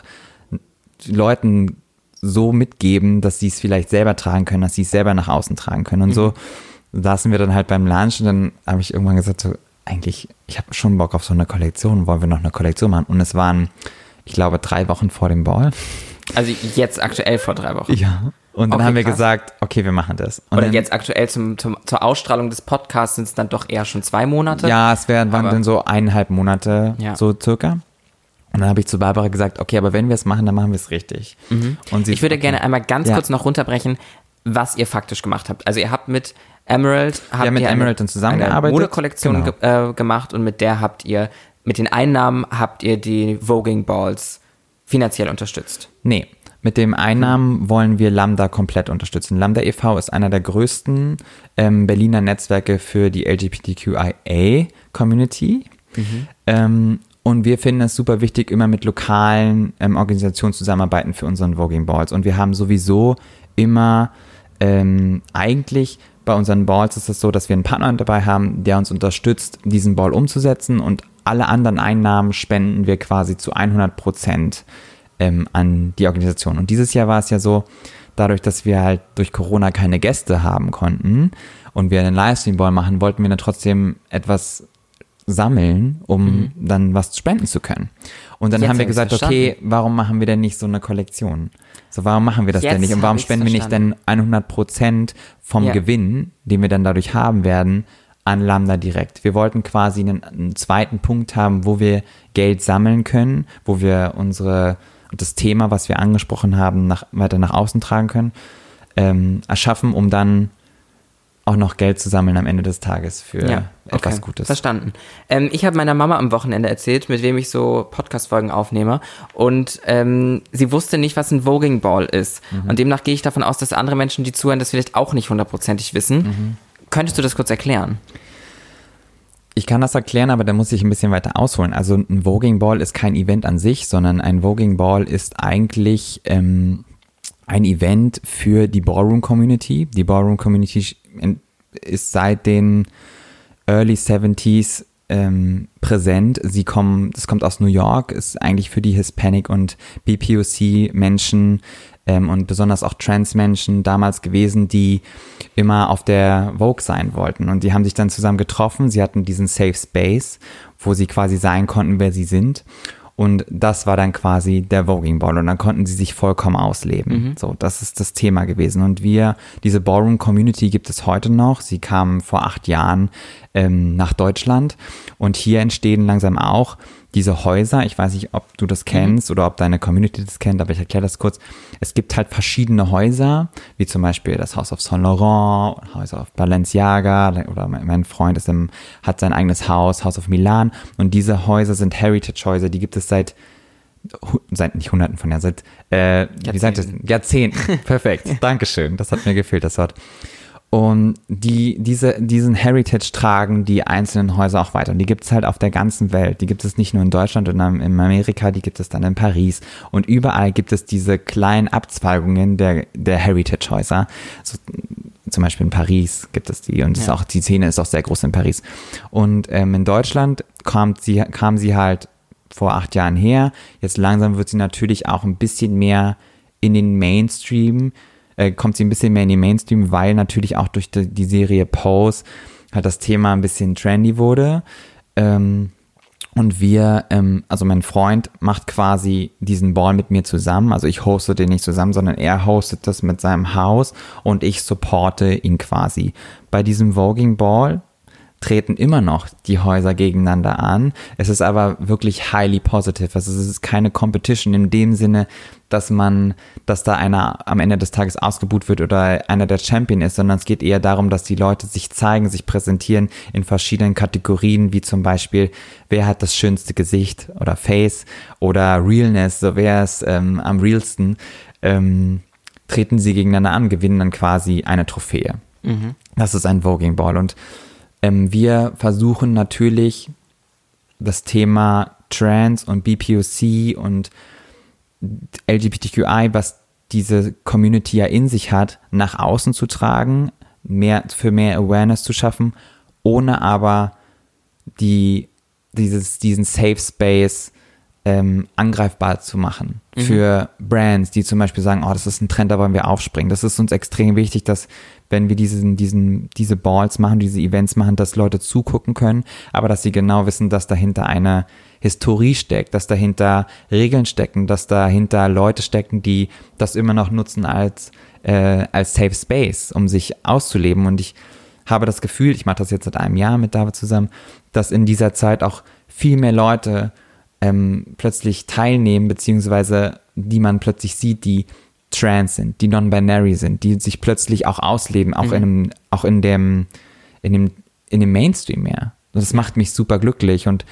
Speaker 3: Leuten so mitgeben, dass sie es vielleicht selber tragen können, dass sie es selber nach außen tragen können. Und mhm. so saßen wir dann halt beim Lunch und dann habe ich irgendwann gesagt, so, eigentlich, ich habe schon Bock auf so eine Kollektion, wollen wir noch eine Kollektion machen? Und es waren, ich glaube, drei Wochen vor dem Ball.
Speaker 1: Also jetzt aktuell vor drei Wochen?
Speaker 3: Ja. Und dann
Speaker 1: okay,
Speaker 3: haben wir
Speaker 1: krass.
Speaker 3: gesagt, okay, wir machen das. Und
Speaker 1: Oder
Speaker 3: dann,
Speaker 1: jetzt aktuell zum, zum, zur Ausstrahlung des Podcasts sind es dann doch eher schon zwei Monate?
Speaker 3: Ja, es wären, waren
Speaker 1: aber,
Speaker 3: dann so eineinhalb Monate,
Speaker 1: ja.
Speaker 3: so circa. Und dann habe ich zu Barbara gesagt, okay, aber wenn wir es machen, dann machen wir es richtig.
Speaker 1: Mhm.
Speaker 3: Und sie,
Speaker 1: ich würde
Speaker 3: okay.
Speaker 1: gerne einmal ganz
Speaker 3: ja.
Speaker 1: kurz noch runterbrechen, was ihr faktisch gemacht habt. Also ihr habt mit Emerald, habt
Speaker 3: ja, mit
Speaker 1: ihr
Speaker 3: Emerald
Speaker 1: eine,
Speaker 3: dann zusammengearbeitet.
Speaker 1: eine Modekollektion
Speaker 3: genau.
Speaker 1: ge, äh, gemacht und mit der habt ihr, mit den Einnahmen habt ihr die Voging Balls finanziell unterstützt.
Speaker 3: Nee. Mit dem Einnahmen wollen wir Lambda komplett unterstützen. Lambda e V ist einer der größten ähm, Berliner Netzwerke für die L G B T Q I A-Community. Mhm. Ähm, und wir finden es super wichtig, immer mit lokalen ähm, Organisationen zusammenarbeiten für unseren Voging Balls. Und wir haben sowieso immer ähm, eigentlich bei unseren Balls ist es so, dass wir einen Partner dabei haben, der uns unterstützt, diesen Ball umzusetzen. Und alle anderen Einnahmen spenden wir quasi zu hundert Prozent Ähm, an die Organisation. Und dieses Jahr war es ja so, dadurch, dass wir halt durch Corona keine Gäste haben konnten und wir einen Livestream-Ball machen, wollten wir dann trotzdem etwas sammeln, um mhm. dann was spenden zu können. Und dann
Speaker 1: Jetzt
Speaker 3: haben wir
Speaker 1: hab ich's
Speaker 3: gesagt,
Speaker 1: verstanden.
Speaker 3: okay, warum machen wir denn nicht so eine Kollektion? So, warum machen wir das
Speaker 1: Jetzt
Speaker 3: denn nicht? Und warum
Speaker 1: hab ich's
Speaker 3: spenden wir nicht
Speaker 1: verstanden.
Speaker 3: denn hundert Prozent vom
Speaker 1: Ja.
Speaker 3: Gewinn, den wir dann dadurch haben werden, an Lambda direkt. Wir wollten quasi einen, einen zweiten Punkt haben, wo wir Geld sammeln können, wo wir unsere das Thema, was wir angesprochen haben, nach, weiter nach außen tragen können, ähm, erschaffen, um dann auch noch Geld zu sammeln am Ende des Tages für
Speaker 1: Ja, okay.
Speaker 3: etwas Gutes.
Speaker 1: Verstanden. Ähm, ich habe meiner Mama am Wochenende erzählt, mit wem ich so Podcast-Folgen aufnehme und ähm, sie wusste nicht, was ein Voging Ball ist. Mhm. Und demnach gehe ich davon aus, dass andere Menschen, die zuhören, das vielleicht auch nicht hundertprozentig wissen. Mhm. Könntest du das kurz erklären?
Speaker 3: Ich kann das erklären, aber da muss ich ein bisschen weiter ausholen. Also ein Voging Ball ist kein Event an sich, sondern ein Voging Ball ist eigentlich ähm, ein Event für die Ballroom-Community. Die Ballroom-Community ist seit den Early seventies ähm, präsent. Sie kommen, das kommt aus New York, ist eigentlich für die Hispanic und B P O C-Menschen ähm, und besonders auch Trans-Menschen damals gewesen, die immer auf der Vogue sein wollten. Und die haben sich dann zusammen getroffen. Sie hatten diesen Safe Space, wo sie quasi sein konnten, wer sie sind. Und das war dann quasi der Voging Ball. Und dann konnten sie sich vollkommen ausleben. Mhm. So, das ist das Thema gewesen. Und wir, diese Ballroom-Community gibt es heute noch. Sie kamen vor acht Jahren ähm, nach Deutschland. Und hier entstehen langsam auch diese Häuser. Ich weiß nicht, ob du das kennst mhm. oder ob deine Community das kennt, aber ich erkläre das kurz. Es gibt halt verschiedene Häuser, wie zum Beispiel das Haus auf Saint Laurent, Haus auf Balenciaga oder mein Freund ist im, hat sein eigenes Haus, Haus auf Milan. Und diese Häuser sind Heritage-Häuser, die gibt es seit seit nicht Hunderten von Jahren, seit äh, wie sagt das? Jahrzehnten. Perfekt. Dankeschön. Das hat mir gefehlt, das Wort. Und die, diese, diesen Heritage tragen die einzelnen Häuser auch weiter. Und die gibt es halt auf der ganzen Welt. Die gibt es nicht nur in Deutschland und in Amerika, die gibt es dann in Paris. Und überall gibt es diese kleinen Abzweigungen der, der Heritage-Häuser. So, zum Beispiel in Paris gibt es die. Und ja. ist auch, die Szene ist auch sehr groß in Paris. Und ähm, in Deutschland kam sie, kam sie halt vor acht Jahren her. Jetzt langsam wird sie natürlich auch ein bisschen mehr in den Mainstream, äh, kommt sie ein bisschen mehr in den Mainstream, weil natürlich auch durch die, die Serie Pose halt das Thema ein bisschen trendy wurde. Ähm, und wir, ähm, also mein Freund macht quasi diesen Ball mit mir zusammen. Also ich hoste den nicht zusammen, sondern er hostet das mit seinem Haus und ich supporte ihn quasi. Bei diesem Voguing Ball treten immer noch die Häuser gegeneinander an. Es ist aber wirklich highly positive. Also es ist keine Competition in dem Sinne, dass man, dass da einer am Ende des Tages ausgebuht wird oder einer der Champion ist, sondern es geht eher darum, dass die Leute sich zeigen, sich präsentieren in verschiedenen Kategorien, wie zum Beispiel, wer hat das schönste Gesicht oder Face oder Realness, so wer ist ähm, am realsten, ähm, treten sie gegeneinander an, gewinnen dann quasi eine Trophäe. Mhm. Das ist ein Voguing Ball und wir versuchen natürlich das Thema Trans und B P O C und L G B T Q I, was diese Community ja in sich hat, nach außen zu tragen, mehr, für mehr Awareness zu schaffen, ohne aber die, dieses, diesen Safe Space ähm, angreifbar zu machen mhm. für Brands, die zum Beispiel sagen, oh, das ist ein Trend, da wollen wir aufspringen. Das ist uns extrem wichtig, dass wenn wir diesen, diesen, diese Balls machen, diese Events machen, dass Leute zugucken können, aber dass sie genau wissen, dass dahinter eine Historie steckt, dass dahinter Regeln stecken, dass dahinter Leute stecken, die das immer noch nutzen als, äh, als Safe Space, um sich auszuleben. Und ich habe das Gefühl, ich mache das jetzt seit einem Jahr mit David zusammen, dass in dieser Zeit auch viel mehr Leute ähm, plötzlich teilnehmen, beziehungsweise die man plötzlich sieht, die trans sind, die non-binary sind, die sich plötzlich auch ausleben, auch mhm. in einem, auch in dem, in dem, in dem Mainstream mehr. Und das macht mich super glücklich und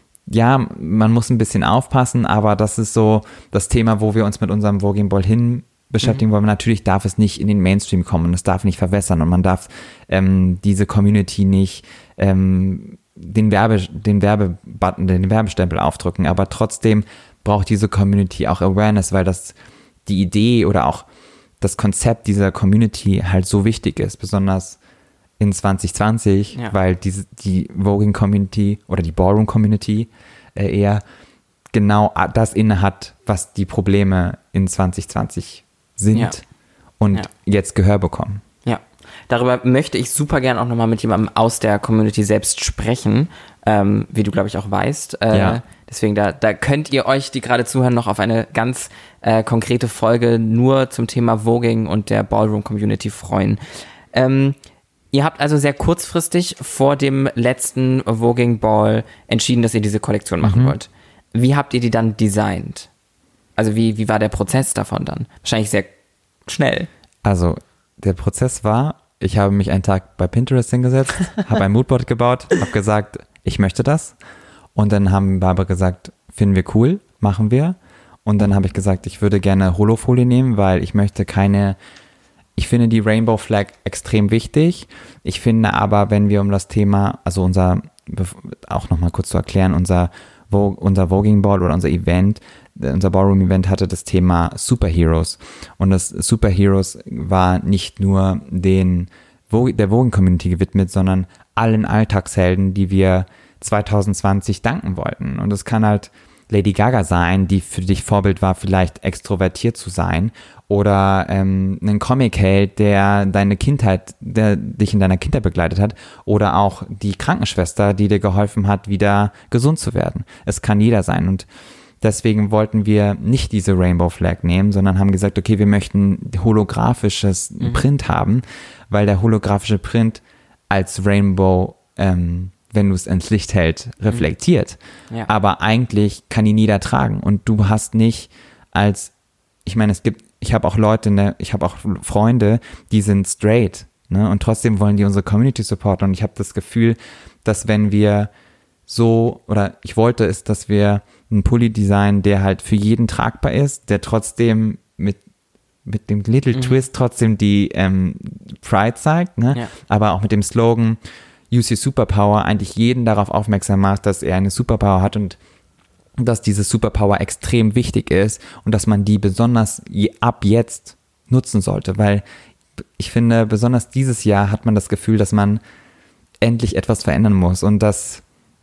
Speaker 3: ja, man muss ein bisschen aufpassen, aber das ist so das Thema, wo wir uns mit unserem Voguing Ball hin beschäftigen mhm. wollen. Natürlich darf es nicht in den Mainstream kommen und es darf nicht verwässern und man darf ähm, diese Community nicht ähm, den Werbe, den Werbebutton, den Werbestempel aufdrücken, aber trotzdem braucht diese Community auch Awareness, weil das die Idee oder auch das Konzept dieser Community halt so wichtig ist, besonders in zwanzig zwanzig, ja. weil diese, die Voguing-Community oder die Ballroom-Community äh, eher genau das inne hat, was die Probleme in zwanzig zwanzig sind ja. und ja. jetzt Gehör bekommen.
Speaker 1: Ja, darüber möchte ich super gern auch nochmal mit jemandem aus der Community selbst sprechen, ähm, wie du, glaube ich, auch weißt. Äh, ja. Deswegen, da, da könnt ihr euch, die gerade zuhören, noch auf eine ganz äh, konkrete Folge nur zum Thema Voguing und der Ballroom-Community freuen. Ähm, ihr habt also sehr kurzfristig vor dem letzten Voguing Ball entschieden, dass ihr diese Kollektion machen mhm. wollt. Wie habt ihr die dann designt? Also wie, wie war der Prozess davon dann? Wahrscheinlich sehr schnell.
Speaker 3: Also der Prozess war, ich habe mich einen Tag bei Pinterest hingesetzt, habe ein Moodboard gebaut, habe gesagt, ich möchte das. Und dann haben Barbara gesagt, finden wir cool, machen wir. Und dann habe ich gesagt, ich würde gerne Holofolie nehmen, weil ich möchte keine, ich finde die Rainbow Flag extrem wichtig. Ich finde aber, wenn wir um das Thema, also unser, auch nochmal kurz zu erklären, unser, unser Voguing Ball oder unser Event, unser Ballroom-Event hatte das Thema Superheroes. Und das Superheroes war nicht nur den, der Voguing-Community gewidmet, sondern allen Alltagshelden, die wir zwanzig zwanzig danken wollten. Und es kann halt Lady Gaga sein, die für dich Vorbild war, vielleicht extrovertiert zu sein, oder ähm, ein Comic-Held, der deine Kindheit, der dich in deiner Kindheit begleitet hat, oder auch die Krankenschwester, die dir geholfen hat, wieder gesund zu werden. Es kann jeder sein und deswegen wollten wir nicht diese Rainbow Flag nehmen, sondern haben gesagt, okay, wir möchten holographisches mhm. Print haben, weil der holographische Print als Rainbow ähm, wenn du es ins Licht hältst, reflektiert. Ja. Aber eigentlich kann ihn jeder tragen. Und du hast nicht als, ich meine, es gibt, ich habe auch Leute, ne, ich habe auch Freunde, die sind straight, ne, und trotzdem wollen die unsere Community supporten. Und ich habe das Gefühl, dass wenn wir so, oder ich wollte es, dass wir einen Pulli designen, der halt für jeden tragbar ist, der trotzdem mit mit dem Little mhm. Twist trotzdem die ähm, Pride zeigt, ne, ja. aber auch mit dem Slogan Use your Superpower eigentlich jeden darauf aufmerksam macht, dass er eine Superpower hat und dass diese Superpower extrem wichtig ist und dass man die besonders je, ab jetzt nutzen sollte, weil ich finde, besonders dieses Jahr hat man das Gefühl, dass man endlich etwas verändern muss und dass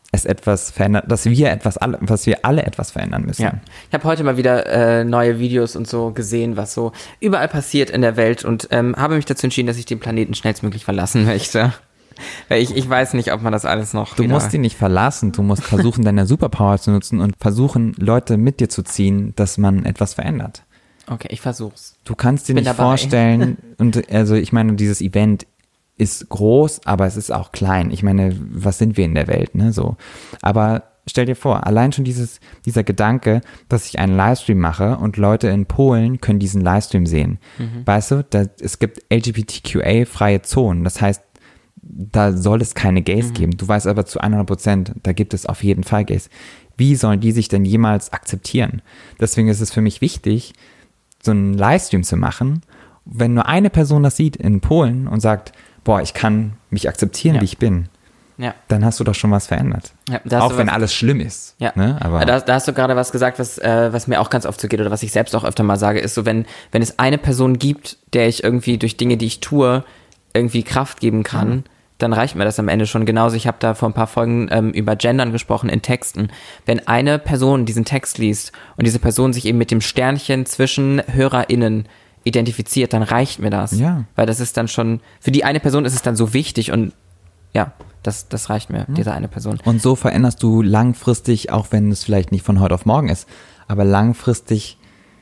Speaker 3: es etwas verändert, dass wir etwas alle, was wir alle etwas verändern müssen.
Speaker 1: Ja. Ich habe heute mal wieder äh, neue Videos und so gesehen, was so überall passiert in der Welt und ähm, habe mich dazu entschieden, dass ich den Planeten schnellstmöglich verlassen möchte. Weil ich, ich weiß nicht, ob man das alles noch
Speaker 3: Du
Speaker 1: wieder
Speaker 3: musst ihn nicht verlassen, du musst versuchen, deine Superpower zu nutzen und versuchen, Leute mit dir zu ziehen, dass man etwas verändert.
Speaker 1: Okay, ich versuch's.
Speaker 3: Du kannst dir
Speaker 1: Bin
Speaker 3: nicht
Speaker 1: dabei.
Speaker 3: vorstellen, und also ich meine, dieses Event ist groß, aber es ist auch klein. Ich meine, was sind wir in der Welt, ne, so. Aber stell dir vor, allein schon dieses, dieser Gedanke, dass ich einen Livestream mache und Leute in Polen können diesen Livestream sehen. Mhm. Weißt du, da, es gibt L G B T Q A-freie Zonen, das heißt, da soll es keine Gays mhm. geben. Du weißt aber zu hundert Prozent, da gibt es auf jeden Fall Gays. Wie sollen die sich denn jemals akzeptieren? Deswegen ist es für mich wichtig, so einen Livestream zu machen, wenn nur eine Person das sieht in Polen und sagt, boah, ich kann mich akzeptieren,
Speaker 1: ja.
Speaker 3: wie ich bin,
Speaker 1: ja.
Speaker 3: dann hast du doch schon was verändert.
Speaker 1: Ja, da hast
Speaker 3: auch
Speaker 1: du
Speaker 3: wenn
Speaker 1: was,
Speaker 3: alles schlimm ist.
Speaker 1: Ja,
Speaker 3: ne? Aber
Speaker 1: da, da hast du gerade was gesagt, was, äh, was mir auch ganz oft so geht oder was ich selbst auch öfter mal sage, ist so, wenn, wenn es eine Person gibt, der ich irgendwie durch Dinge, die ich tue, irgendwie Kraft geben kann, mhm. dann reicht mir das am Ende schon. Genauso, ich habe da vor ein paar Folgen ähm, über Gendern gesprochen in Texten. Wenn eine Person diesen Text liest und diese Person sich eben mit dem Sternchen zwischen HörerInnen identifiziert, dann reicht mir das.
Speaker 3: Ja.
Speaker 1: Weil das ist dann schon, für die eine Person ist es dann so wichtig und ja, das, das reicht mir, ja. diese eine Person.
Speaker 3: Und so veränderst du langfristig, auch wenn es vielleicht nicht von heute auf morgen ist, aber langfristig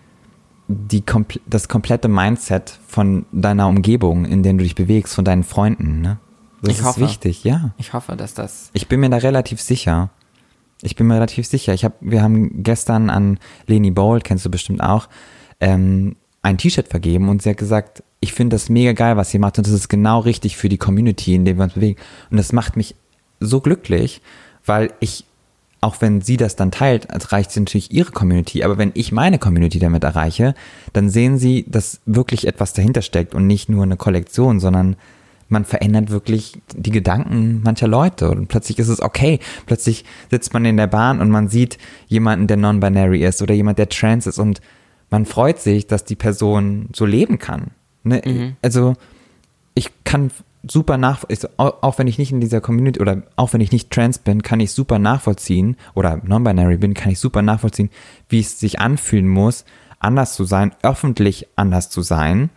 Speaker 3: die, das komplette Mindset von deiner Umgebung, in der du dich bewegst, von deinen Freunden, ne? Das
Speaker 1: ich
Speaker 3: ist
Speaker 1: hoffe.
Speaker 3: wichtig, ja.
Speaker 1: Ich hoffe, dass das...
Speaker 3: Ich bin mir da relativ sicher. Ich bin mir relativ sicher. Ich hab, wir haben gestern an Leni Bold, kennst du bestimmt auch, ähm, ein T-Shirt vergeben und sie hat gesagt, ich finde das mega geil, was sie macht und das ist genau richtig für die Community, in der wir uns bewegen. Und das macht mich so glücklich, weil ich, auch wenn sie das dann teilt, erreicht sie natürlich ihre Community, aber wenn ich meine Community damit erreiche, dann sehen sie, dass wirklich etwas dahinter steckt und nicht nur eine Kollektion, sondern man verändert wirklich die Gedanken mancher Leute und plötzlich ist es okay. Plötzlich sitzt man in der Bahn und man sieht jemanden, der non-binary ist oder jemand, der trans ist und man freut sich, dass die Person so leben kann. Ne? Mhm. Also ich kann super nachvollziehen, auch wenn ich nicht in dieser Community oder auch wenn ich nicht trans bin, kann ich super nachvollziehen oder non-binary bin, kann ich super nachvollziehen, wie es sich anfühlen muss, anders zu sein, öffentlich anders zu sein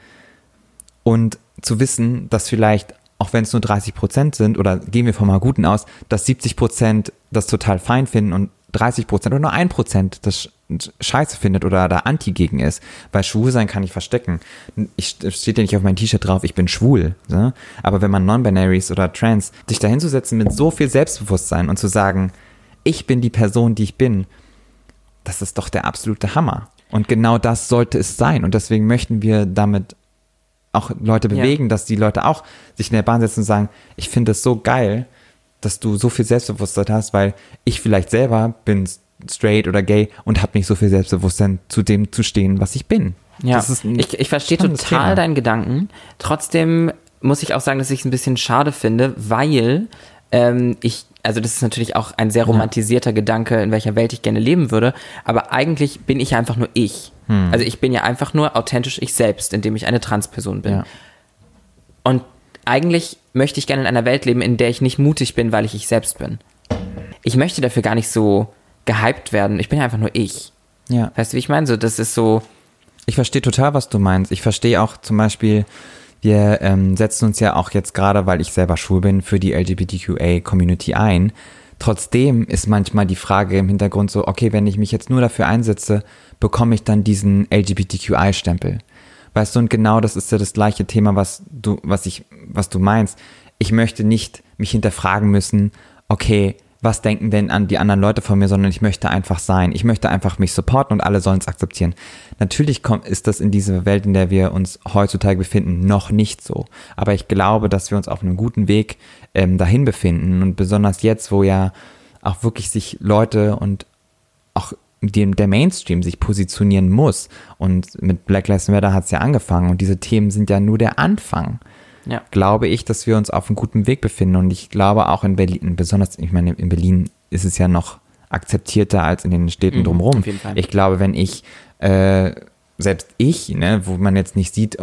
Speaker 3: und zu wissen, dass vielleicht, auch wenn es nur dreißig Prozent sind, oder gehen wir von mal Guten aus, dass siebzig Prozent das total fein finden und dreißig Prozent oder nur ein Prozent das scheiße findet oder da anti gegen ist. Weil schwul sein kann ich verstecken. Ich, steht ja nicht auf mein T-Shirt drauf, ich bin schwul. Ne? Aber wenn man non-binary ist oder trans, sich da hinzusetzen mit so viel Selbstbewusstsein und zu sagen, ich bin die Person, die ich bin, das ist doch der absolute Hammer. Und genau das sollte es sein. Und deswegen möchten wir damit auch Leute bewegen, ja. dass die Leute auch sich in der Bahn setzen und sagen, ich finde es so geil, dass du so viel Selbstbewusstsein hast, weil ich vielleicht selber bin straight oder gay und habe nicht so viel Selbstbewusstsein, zu dem zu stehen, was ich bin.
Speaker 1: Ja,
Speaker 3: das ist ein
Speaker 1: ich, ich verstehe total Thema. Deinen Gedanken. Trotzdem muss ich auch sagen, dass ich es ein bisschen schade finde, weil ähm, ich, also das ist natürlich auch ein sehr romantisierter ja. Gedanke, in welcher Welt ich gerne leben würde, aber eigentlich bin ich ja einfach nur ich. Hm. Also ich bin ja einfach nur authentisch ich selbst, indem ich eine Transperson bin. Ja. Und eigentlich möchte ich gerne in einer Welt leben, in der ich nicht mutig bin, weil ich ich selbst bin. Ich möchte dafür gar nicht so gehypt werden. Ich bin ja einfach nur ich.
Speaker 3: Ja.
Speaker 1: Weißt du, wie ich meine? So, das ist so...
Speaker 3: Ich verstehe total, was du meinst. Ich verstehe auch zum Beispiel, wir ähm, setzen uns ja auch jetzt gerade, weil ich selber schwul bin, für die L G B T Q A-Community ein. Trotzdem ist manchmal die Frage im Hintergrund so, okay, wenn ich mich jetzt nur dafür einsetze, bekomme ich dann diesen L G B T Q I-Stempel. Weißt du, und genau das ist ja das gleiche Thema, was du, was ich, was du meinst. Ich möchte nicht mich hinterfragen müssen, okay, was denken denn an die anderen Leute von mir, sondern ich möchte einfach sein. Ich möchte einfach mich supporten und alle sollen es akzeptieren. Natürlich kommt, ist das in dieser Welt, in der wir uns heutzutage befinden, noch nicht so. Aber ich glaube, dass wir uns auf einem guten Weg ähm, dahin befinden und besonders jetzt, wo ja auch wirklich sich Leute und auch die, der Mainstream sich positionieren muss. Und mit Black Lives Matter hat es ja angefangen und diese Themen sind ja nur der Anfang. Ja. Glaube ich, dass wir uns auf einem guten Weg befinden und ich glaube auch in Berlin, besonders, ich meine, in Berlin ist es ja noch akzeptierter als in den Städten mhm, drumherum. Ich glaube, wenn ich, äh, selbst ich, ne, wo man jetzt nicht sieht, okay,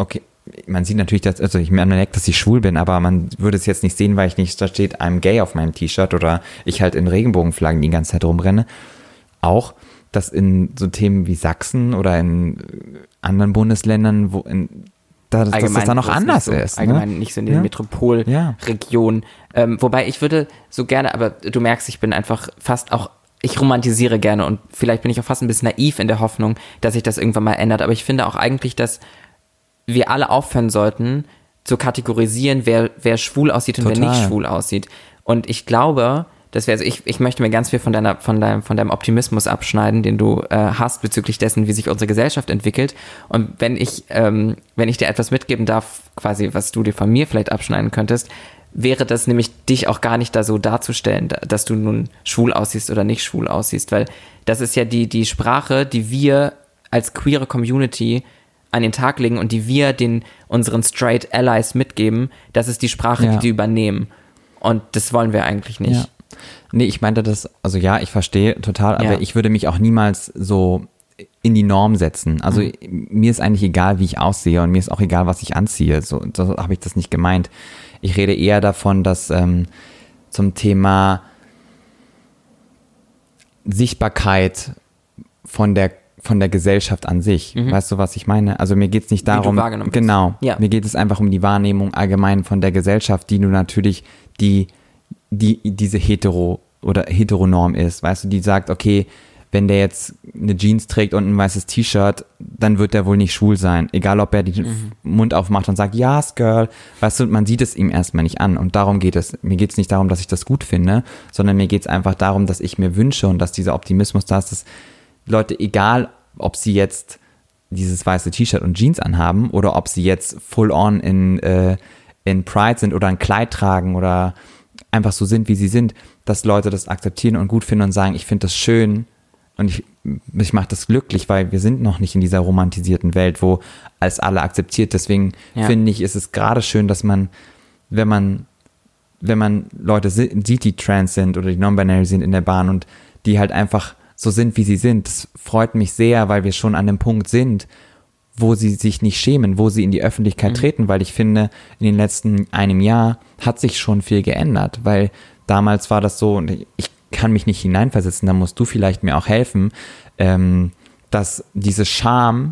Speaker 3: man sieht natürlich, dass, also ich merke, dass ich schwul bin, aber man würde es jetzt nicht sehen, weil ich nicht, da steht I'm gay auf meinem T-Shirt oder ich halt in Regenbogenflaggen die ganze Zeit rumrenne. Auch, dass in so Themen wie Sachsen oder in anderen Bundesländern, wo in, da, dass das dann noch anders
Speaker 1: so,
Speaker 3: ist.
Speaker 1: Allgemein
Speaker 3: ne?
Speaker 1: nicht so in den
Speaker 3: ja.
Speaker 1: Metropolregionen. Ja. Ähm, wobei ich würde so gerne, aber du merkst, ich bin einfach fast auch, ich romantisiere gerne und vielleicht bin ich auch fast ein bisschen naiv in der Hoffnung, dass sich das irgendwann mal ändert. Aber ich finde auch eigentlich, dass wir alle aufhören sollten, zu kategorisieren, wer, wer schwul aussieht und
Speaker 3: Total.
Speaker 1: wer nicht schwul aussieht. Und ich glaube, dass wir, also ich, ich möchte mir ganz viel von deiner, von deinem, von deinem Optimismus abschneiden, den du äh, hast bezüglich dessen, wie sich unsere Gesellschaft entwickelt. Und wenn ich, ähm, wenn ich dir etwas mitgeben darf, quasi, was du dir von mir vielleicht abschneiden könntest, wäre das nämlich, dich auch gar nicht da so darzustellen, dass du nun schwul aussiehst oder nicht schwul aussiehst, weil das ist ja die, die Sprache, die wir als queere Community an den Tag legen und die wir den unseren straight Allies mitgeben, das ist die Sprache,
Speaker 3: ja.
Speaker 1: die die übernehmen. Und das wollen wir eigentlich nicht.
Speaker 3: Ja. Nee, ich meinte das, also ja, ich verstehe total, aber
Speaker 1: ja.
Speaker 3: ich würde mich auch niemals so in die Norm setzen. Also mhm. mir ist eigentlich egal, wie ich aussehe und mir ist auch egal, was ich anziehe. So, so habe ich das nicht gemeint. Ich rede eher davon, dass ähm, zum Thema Sichtbarkeit von der von der Gesellschaft an sich. Mhm. Weißt du, was ich meine? Also mir geht es nicht darum, genau, ja. mir geht es einfach um die Wahrnehmung allgemein von der Gesellschaft, die nun natürlich die, die diese hetero oder heteronorm ist. Weißt du, die sagt, okay, wenn der jetzt eine Jeans trägt und ein weißes T-Shirt, dann wird der wohl nicht schwul sein. Egal, ob er den mhm. Mund aufmacht und sagt, yes, girl. Weißt du, man sieht es ihm erstmal nicht an. Und darum geht es. Mir geht es nicht darum, dass ich das gut finde, sondern mir geht es einfach darum, dass ich mir wünsche und dass dieser Optimismus da ist, dass Leute, egal ob sie jetzt dieses weiße T-Shirt und Jeans anhaben oder ob sie jetzt full on in, äh, in Pride sind oder ein Kleid tragen oder einfach so sind, wie sie sind, dass Leute das akzeptieren und gut finden und sagen, ich finde das schön und ich, mich macht das glücklich, weil wir sind noch nicht in dieser romantisierten Welt, wo als alle akzeptiert. Deswegen ja. finde ich, ist es gerade schön, dass man, wenn man, wenn man Leute sieht, die trans sind oder die non-binary sind in der Bahn und die halt einfach so sind, wie sie sind. Das freut mich sehr, weil wir schon an dem Punkt sind, wo sie sich nicht schämen, wo sie in die Öffentlichkeit mhm. treten, weil ich finde, in den letzten einem Jahr hat sich schon viel geändert, weil damals war das so, und ich kann mich nicht hineinversetzen, da musst du vielleicht mir auch helfen, ähm, dass diese Scham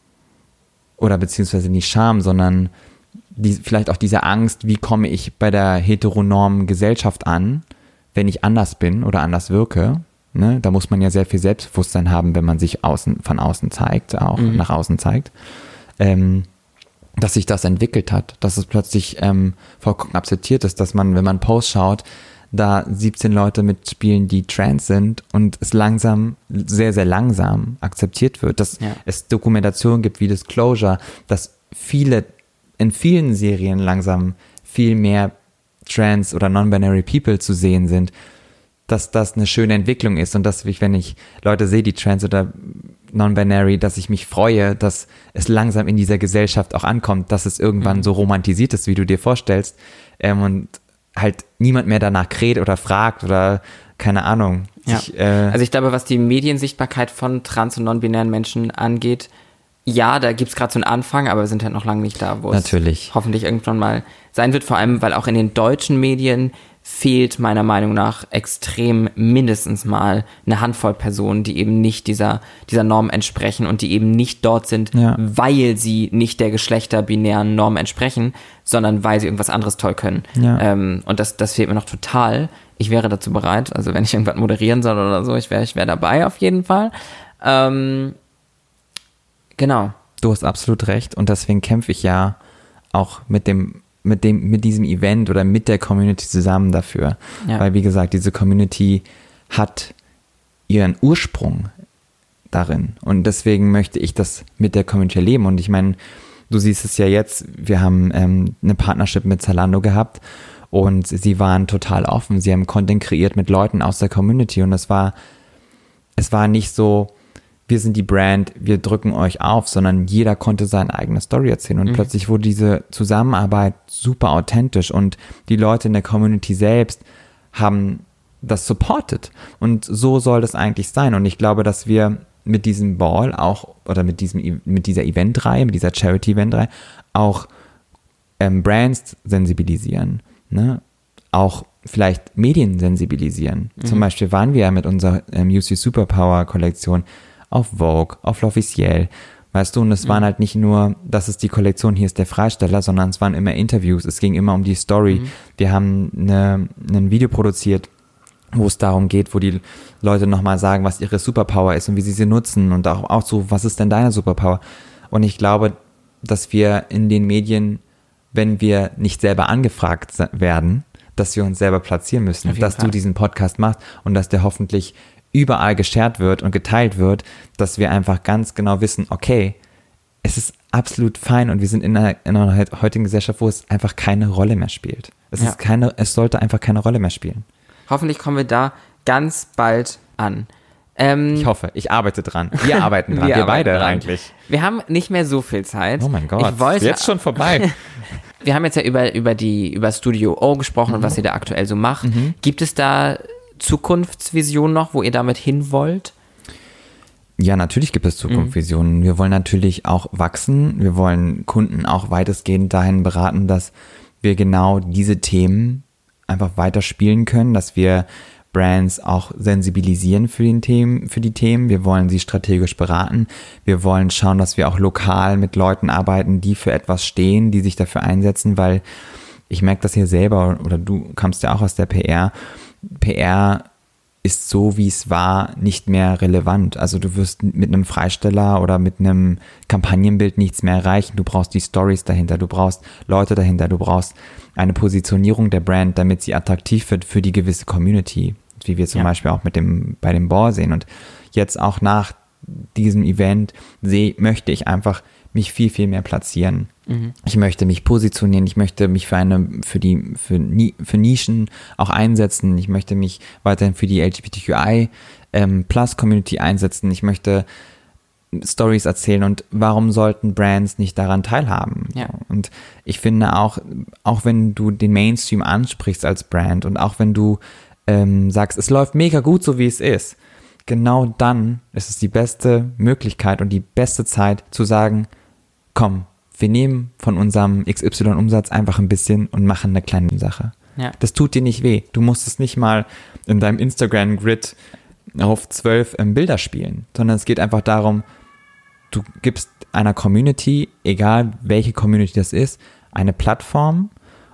Speaker 3: oder beziehungsweise nicht Scham, sondern die, vielleicht auch diese Angst, wie komme ich bei der heteronormen Gesellschaft an, wenn ich anders bin oder anders wirke. Ne, da muss man ja sehr viel Selbstbewusstsein haben, wenn man sich außen, von außen zeigt, auch mhm. nach außen zeigt, ähm, dass sich das entwickelt hat, dass es plötzlich ähm, vollkommen akzeptiert ist, dass man, wenn man Post schaut, da siebzehn Leute mitspielen, die trans sind und es langsam, sehr, sehr langsam akzeptiert wird, dass ja. es Dokumentationen gibt wie Disclosure, dass viele, in vielen Serien langsam viel mehr trans oder non-binary people zu sehen sind, dass das eine schöne Entwicklung ist und dass ich, wenn ich Leute sehe, die trans oder non-binary, dass ich mich freue, dass es langsam in dieser Gesellschaft auch ankommt, dass es irgendwann mhm. so romantisiert ist, wie du dir vorstellst ähm, und halt niemand mehr danach kräht oder fragt oder keine Ahnung.
Speaker 1: Ja.
Speaker 3: Sich, äh,
Speaker 1: also ich glaube, was die Mediensichtbarkeit von trans- und non-binären Menschen angeht, ja, da gibt es gerade so einen Anfang, aber wir sind halt noch lange nicht da, wo
Speaker 3: natürlich.
Speaker 1: es hoffentlich irgendwann mal sein wird, vor allem, weil auch in den deutschen Medien fehlt meiner Meinung nach extrem mindestens mal eine Handvoll Personen, die eben nicht dieser, dieser Norm entsprechen und die eben nicht dort sind,
Speaker 3: ja.
Speaker 1: weil sie nicht der geschlechterbinären Norm entsprechen, sondern weil sie irgendwas anderes toll können.
Speaker 3: Ja.
Speaker 1: Ähm, und das, das fehlt mir noch total. Ich wäre dazu bereit, also wenn ich irgendwas moderieren soll oder so, ich wäre ich wär dabei auf jeden Fall. Ähm, genau.
Speaker 3: Du hast absolut recht und deswegen kämpfe ich ja auch mit dem mit dem, mit diesem Event oder mit der Community zusammen dafür. Ja. Weil, wie gesagt, diese Community hat ihren Ursprung darin. Und deswegen möchte ich das mit der Community erleben. Und ich meine, du siehst es ja jetzt, wir haben ähm, eine Partnership mit Zalando gehabt und sie waren total offen. Sie haben Content kreiert mit Leuten aus der Community und es war, es war nicht so, wir sind die Brand, wir drücken euch auf, sondern jeder konnte seine eigene Story erzählen und mhm. plötzlich wurde diese Zusammenarbeit super authentisch und die Leute in der Community selbst haben das supported und so soll das eigentlich sein und ich glaube, dass wir mit diesem Ball auch, oder mit diesem, mit dieser Eventreihe, mit dieser Charity-Eventreihe auch ähm, Brands sensibilisieren, ne? Auch vielleicht Medien sensibilisieren. Mhm. Zum Beispiel waren wir ja mit unserer ähm, U C Superpower Kollektion auf Vogue, auf L'Officiel, weißt du, und es mhm. waren halt nicht nur, das ist die Kollektion, hier ist der Freisteller, sondern es waren immer Interviews, es ging immer um die Story. Mhm. Wir haben eine, ein Video produziert, wo es darum geht, wo die Leute nochmal sagen, was ihre Superpower ist und wie sie sie nutzen und auch, auch so, was ist denn deine Superpower? Und ich glaube, dass wir in den Medien, wenn wir nicht selber angefragt werden, dass wir uns selber platzieren müssen, dass Fall. Du diesen Podcast machst und dass der hoffentlich überall geshared wird und geteilt wird, dass wir einfach ganz genau wissen, okay, es ist absolut fein und wir sind in einer, in einer heutigen Gesellschaft, wo es einfach keine Rolle mehr spielt. Es ja. ist keine, es sollte einfach keine Rolle mehr spielen.
Speaker 1: Hoffentlich kommen wir da ganz bald an. Ähm,
Speaker 3: ich hoffe, ich arbeite dran. Wir arbeiten dran, wir, wir beide dran. Eigentlich.
Speaker 1: Wir haben nicht mehr so viel Zeit.
Speaker 3: Oh mein Gott,
Speaker 1: ich wollte,
Speaker 3: jetzt schon vorbei.
Speaker 1: Wir haben jetzt ja über, über, die, über Studio O gesprochen mhm. und was ihr da aktuell so macht. Mhm. Gibt es da Zukunftsvisionen noch, wo ihr damit hin wollt?
Speaker 3: Ja, natürlich gibt es Zukunftsvisionen. Mhm. Wir wollen natürlich auch wachsen. Wir wollen Kunden auch weitestgehend dahin beraten, dass wir genau diese Themen einfach weiter spielen können, dass wir Brands auch sensibilisieren für, den Themen, für die Themen. Wir wollen sie strategisch beraten. Wir wollen schauen, dass wir auch lokal mit Leuten arbeiten, die für etwas stehen, die sich dafür einsetzen, weil ich merke das hier selber, oder du kommst ja auch aus der P R. P R ist so, wie es war, nicht mehr relevant. Also du wirst mit einem Freisteller oder mit einem Kampagnenbild nichts mehr erreichen. Du brauchst die Stories dahinter, du brauchst Leute dahinter, du brauchst eine Positionierung der Brand, damit sie attraktiv wird für die gewisse Community, wie wir zum ja. Beispiel auch mit dem bei dem Ball sehen. Und jetzt auch nach diesem Event sehe, möchte ich einfach mich viel, viel mehr platzieren. Mhm. Ich möchte mich positionieren, ich möchte mich für eine, für die, für, für Nischen auch einsetzen, ich möchte mich weiterhin für die L G B T Q I ähm, Plus Community einsetzen, ich möchte Stories erzählen und warum sollten Brands nicht daran teilhaben?
Speaker 1: Ja.
Speaker 3: Und ich finde auch, auch wenn du den Mainstream ansprichst als Brand und auch wenn du ähm, sagst, es läuft mega gut, so wie es ist, genau dann ist es die beste Möglichkeit und die beste Zeit zu sagen, komm, wir nehmen von unserem X Y-Umsatz einfach ein bisschen und machen eine kleine Sache.
Speaker 1: Ja.
Speaker 3: Das tut dir nicht weh. Du musst es nicht mal in deinem Instagram-Grid auf zwölf ähm, Bilder spielen, sondern es geht einfach darum, du gibst einer Community, egal welche Community das ist, eine Plattform,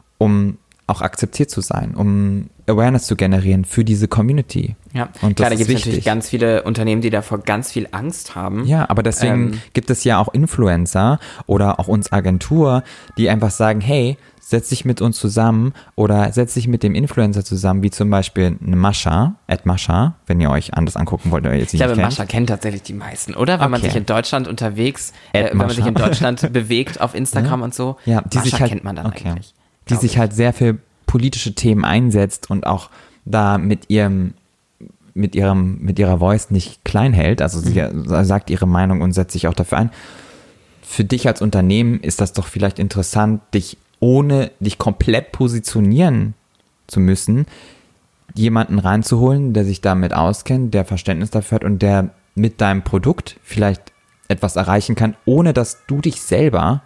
Speaker 3: um auch akzeptiert zu sein, um Awareness zu generieren für diese Community.
Speaker 1: Ja,
Speaker 3: und
Speaker 1: klar,
Speaker 3: das
Speaker 1: da gibt es
Speaker 3: wichtig.
Speaker 1: natürlich ganz viele Unternehmen, die davor ganz viel Angst haben.
Speaker 3: Ja, aber deswegen ähm, gibt es ja auch Influencer oder auch uns Agentur, die einfach sagen, hey, setz dich mit uns zusammen oder setz dich mit dem Influencer zusammen, wie zum Beispiel eine Mascha, at Mascha, wenn ihr euch anders angucken wollt. Oder jetzt
Speaker 1: ich
Speaker 3: nicht
Speaker 1: glaube,
Speaker 3: kennt.
Speaker 1: Mascha kennt tatsächlich die meisten, oder? Wenn okay. man sich in Deutschland unterwegs, äh, wenn man sich in Deutschland bewegt auf Instagram
Speaker 3: ja.
Speaker 1: und so,
Speaker 3: ja, die
Speaker 1: Mascha
Speaker 3: sich halt,
Speaker 1: kennt man dann
Speaker 3: okay.
Speaker 1: eigentlich.
Speaker 3: Die sich
Speaker 1: ich.
Speaker 3: halt sehr für politische Themen einsetzt und auch da mit ihrem mit ihrem mit ihrer Voice nicht klein hält, also sie mhm. sagt ihre Meinung und setzt sich auch dafür ein. Für dich als Unternehmen ist das doch vielleicht interessant, dich ohne dich komplett positionieren zu müssen, jemanden reinzuholen, der sich damit auskennt, der Verständnis dafür hat und der mit deinem Produkt vielleicht etwas erreichen kann, ohne dass du dich selber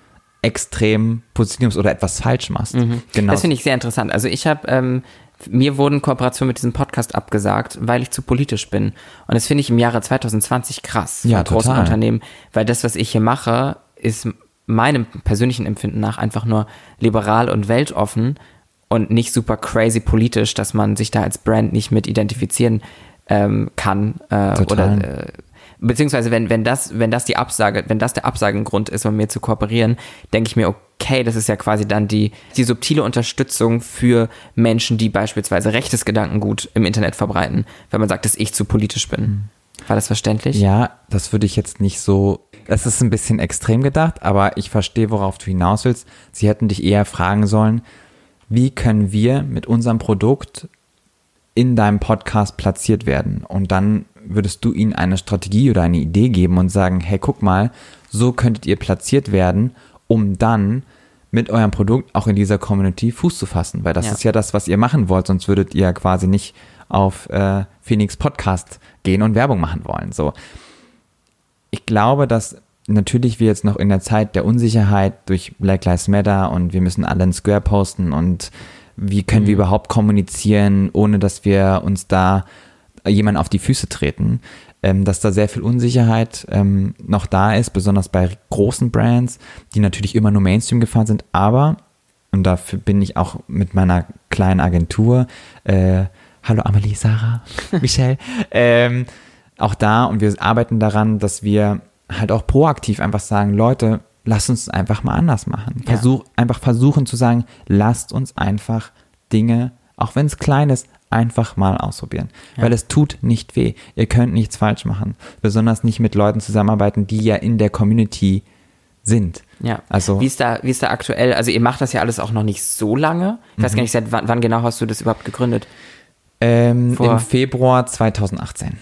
Speaker 3: extrem positionierst oder etwas falsch machst.
Speaker 1: Mhm. Genau. Das finde ich sehr interessant. Also ich habe, ähm, mir wurden Kooperationen mit diesem Podcast abgesagt, weil ich zu politisch bin. Und das finde ich im Jahre zwanzig zwanzig krass von
Speaker 3: ja,
Speaker 1: großen
Speaker 3: total.
Speaker 1: Unternehmen, weil das, was ich hier mache, ist meinem persönlichen Empfinden nach einfach nur liberal und weltoffen und nicht super crazy politisch, dass man sich da als Brand nicht mit identifizieren ähm, kann. Äh, oder äh, beziehungsweise wenn, wenn das, wenn das die Absage, wenn das der Absagengrund ist, um mir zu kooperieren, denke ich mir, okay, das ist ja quasi dann die, die subtile Unterstützung für Menschen, die beispielsweise rechtes Gedankengut im Internet verbreiten, wenn man sagt, dass ich zu politisch bin. War das verständlich?
Speaker 3: Ja, das würde ich jetzt nicht so, das ist ein bisschen extrem gedacht, aber ich verstehe, worauf du hinaus willst. Sie hätten dich eher fragen sollen, wie können wir mit unserem Produkt in deinem Podcast platziert werden? Und dann würdest du ihnen eine Strategie oder eine Idee geben und sagen, hey, guck mal, so könntet ihr platziert werden, um dann mit eurem Produkt auch in dieser Community Fuß zu fassen, weil das
Speaker 1: ja.
Speaker 3: ist ja das, was ihr machen wollt, sonst würdet ihr quasi nicht auf äh, Phoenix Podcast gehen und Werbung machen wollen. So, ich glaube, dass natürlich wir jetzt noch in der Zeit der Unsicherheit durch Black Lives Matter und wir müssen alle einen Square posten und wie können mhm. wir überhaupt kommunizieren, ohne dass wir uns da jemand auf die Füße treten, ähm, dass da sehr viel Unsicherheit ähm, noch da ist, besonders bei großen Brands, die natürlich immer nur Mainstream gefahren sind, aber, und dafür bin ich auch mit meiner kleinen Agentur, äh, hallo Amelie, Sarah, Michelle, ähm, auch da und wir arbeiten daran, dass wir halt auch proaktiv einfach sagen, Leute, lasst uns einfach mal anders machen. Versuch, ja. Einfach versuchen zu sagen, lasst uns einfach Dinge, auch wenn es klein ist, einfach mal ausprobieren. Ja. Weil es tut nicht weh. Ihr könnt nichts falsch machen. Besonders nicht mit Leuten zusammenarbeiten, die ja in der Community sind.
Speaker 1: Ja.
Speaker 3: Also,
Speaker 1: wie ist da, wie ist da aktuell, also ihr macht das ja alles auch noch nicht so lange. Ich weiß mhm. gar nicht, seit wann, wann genau hast du das überhaupt gegründet?
Speaker 3: Ähm, Im Februar zweitausendachtzehn.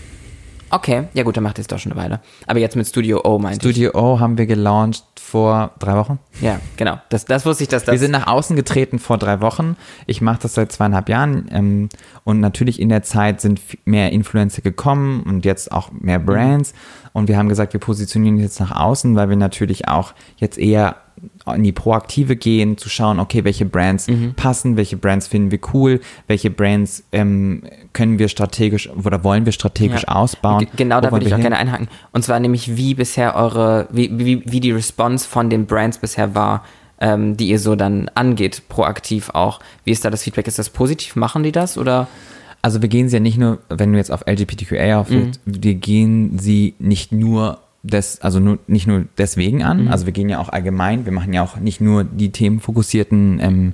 Speaker 1: Okay, ja gut, dann macht ihr es doch schon eine Weile. Aber jetzt mit Studio O meinte ich.
Speaker 3: Studio O haben wir gelauncht vor drei Wochen.
Speaker 1: Ja, genau. Das, das wusste ich, dass das...
Speaker 3: Wir sind nach außen getreten vor drei Wochen. Ich mache das seit zweieinhalb Jahren. Ähm, und natürlich in der Zeit sind mehr Influencer gekommen und jetzt auch mehr Brands. Mhm. Und wir haben gesagt, wir positionieren jetzt nach außen, weil wir natürlich auch jetzt eher in die Proaktive gehen, zu schauen, okay, welche Brands mhm. passen, welche Brands finden wir cool, welche Brands ähm, können wir strategisch oder wollen wir strategisch ja. ausbauen.
Speaker 1: G- genau, da würde ich auch hin? gerne einhaken. Und zwar nämlich, wie bisher eure, wie, wie, wie die Response von den Brands bisher war, ähm, die ihr so dann angeht, proaktiv auch. Wie ist da das Feedback? Ist das positiv? Machen die das oder?
Speaker 3: Also wir gehen sie ja nicht nur, wenn du jetzt auf L G B T Q A aufhörst, mhm. wir gehen sie nicht nur Des, also nur, nicht nur deswegen an, mhm. also wir gehen ja auch allgemein, wir machen ja auch nicht nur die themenfokussierten ähm,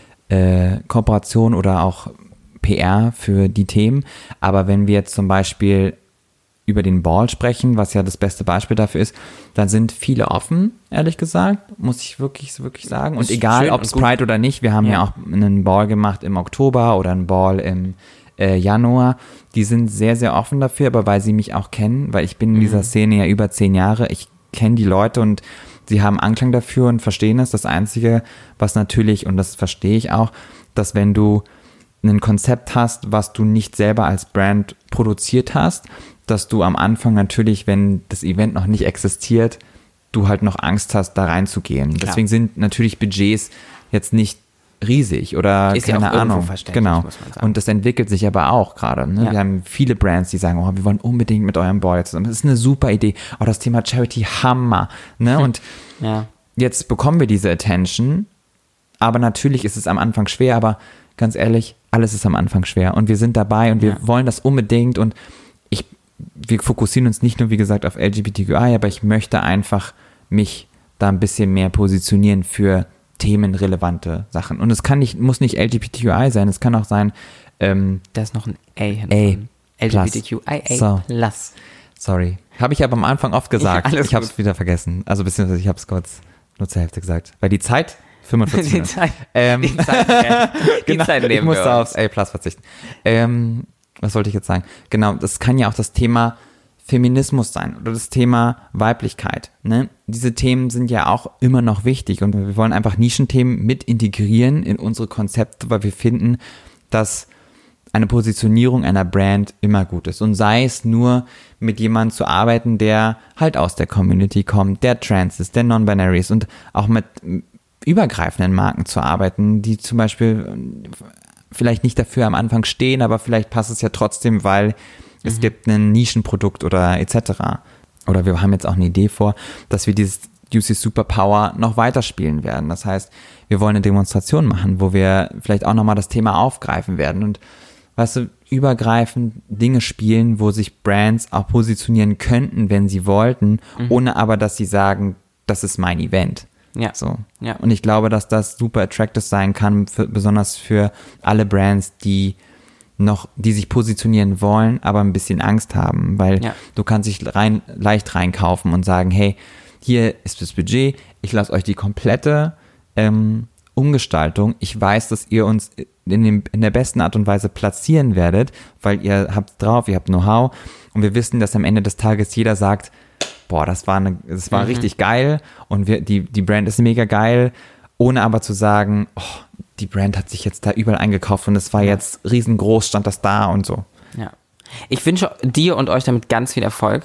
Speaker 3: äh, Kooperationen oder auch P R für die Themen, aber wenn wir jetzt zum Beispiel über den Ball sprechen, was ja das beste Beispiel dafür ist, dann sind viele offen, ehrlich gesagt, muss ich wirklich, wirklich sagen. Und egal, ob es Pride oder nicht, wir haben ja. ja auch einen Ball gemacht im Oktober oder einen Ball im Äh, Januar, die sind sehr, sehr offen dafür, aber weil sie mich auch kennen, weil ich bin in mhm. dieser Szene ja über zehn Jahre, ich kenne die Leute und sie haben Anklang dafür und verstehen es. Das Einzige, was natürlich, und das verstehe ich auch, dass wenn du ein Konzept hast, was du nicht selber als Brand produziert hast, dass du am Anfang natürlich, wenn das Event noch nicht existiert, du halt noch Angst hast, da reinzugehen. Klar. Deswegen sind natürlich Budgets jetzt nicht riesig oder
Speaker 1: ist
Speaker 3: keine
Speaker 1: ja auch
Speaker 3: Ahnung. Genau.
Speaker 1: Muss man sagen.
Speaker 3: Und das entwickelt sich aber auch gerade. Ne? Ja. Wir haben viele Brands, die sagen, oh, wir wollen unbedingt mit eurem Ball zusammen. Das ist eine super Idee. Oh, das Thema Charity, Hammer. Ne? Und
Speaker 1: ja.
Speaker 3: jetzt bekommen wir diese Attention, aber natürlich ist es am Anfang schwer, aber ganz ehrlich, alles ist am Anfang schwer und wir sind dabei und wir ja. wollen das unbedingt und ich, wir fokussieren uns nicht nur, wie gesagt, auf L G B T Q I, aber ich möchte einfach mich da ein bisschen mehr positionieren für themenrelevante Sachen. Und es kann nicht, muss nicht L G B T Q I sein, es kann auch sein, ähm,
Speaker 1: da ist noch ein A hinten.
Speaker 3: A.
Speaker 1: L G B T Q I A
Speaker 3: so.
Speaker 1: plus.
Speaker 3: Sorry. Habe ich aber am Anfang oft gesagt.
Speaker 1: Ja,
Speaker 3: ich habe es wieder vergessen. Also beziehungsweise ich habe es kurz nur zur Hälfte gesagt. Weil die Zeit, fünfundvierzig
Speaker 1: die Zeit,
Speaker 3: ähm,
Speaker 1: die Zeit, ja. die
Speaker 3: genau,
Speaker 1: Zeit
Speaker 3: ich musste aufs A plus verzichten. Ähm, was wollte ich jetzt sagen? Genau, das kann ja auch das Thema Feminismus sein oder das Thema Weiblichkeit. Ne? Diese Themen sind ja auch immer noch wichtig und wir wollen einfach Nischenthemen mit integrieren in unsere Konzepte, weil wir finden, dass eine Positionierung einer Brand immer gut ist. Und sei es nur mit jemandem zu arbeiten, der halt aus der Community kommt, der trans ist, der non-binary ist und auch mit übergreifenden Marken zu arbeiten, die zum Beispiel vielleicht nicht dafür am Anfang stehen, aber vielleicht passt es ja trotzdem, weil es mhm. gibt ein Nischenprodukt oder et cetera. Oder wir haben jetzt auch eine Idee vor, dass wir dieses U C Superpower noch weiterspielen werden. Das heißt, wir wollen eine Demonstration machen, wo wir vielleicht auch nochmal das Thema aufgreifen werden und, weißt du, übergreifend Dinge spielen, wo sich Brands auch positionieren könnten, wenn sie wollten, mhm. ohne aber, dass sie sagen, das ist mein Event.
Speaker 1: Ja.
Speaker 3: So.
Speaker 1: Ja.
Speaker 3: Und ich glaube, dass das super attractive sein kann, für, besonders für alle Brands, die noch, die sich positionieren wollen, aber ein bisschen Angst haben, weil
Speaker 1: ja.
Speaker 3: du kannst dich rein, leicht reinkaufen und sagen, hey, hier ist das Budget, ich lasse euch die komplette ähm, Umgestaltung. Ich weiß, dass ihr uns in, dem, in der besten Art und Weise platzieren werdet, weil ihr habt drauf, ihr habt Know-how und wir wissen, dass am Ende des Tages jeder sagt, boah, das war, eine, das war mhm. richtig geil und wir, die, die Brand ist mega geil, ohne aber zu sagen, oh, die Brand hat sich jetzt da überall eingekauft und es war
Speaker 1: ja.
Speaker 3: jetzt riesengroß, stand das da und so.
Speaker 1: Ja. Ich wünsche dir und euch damit ganz viel Erfolg,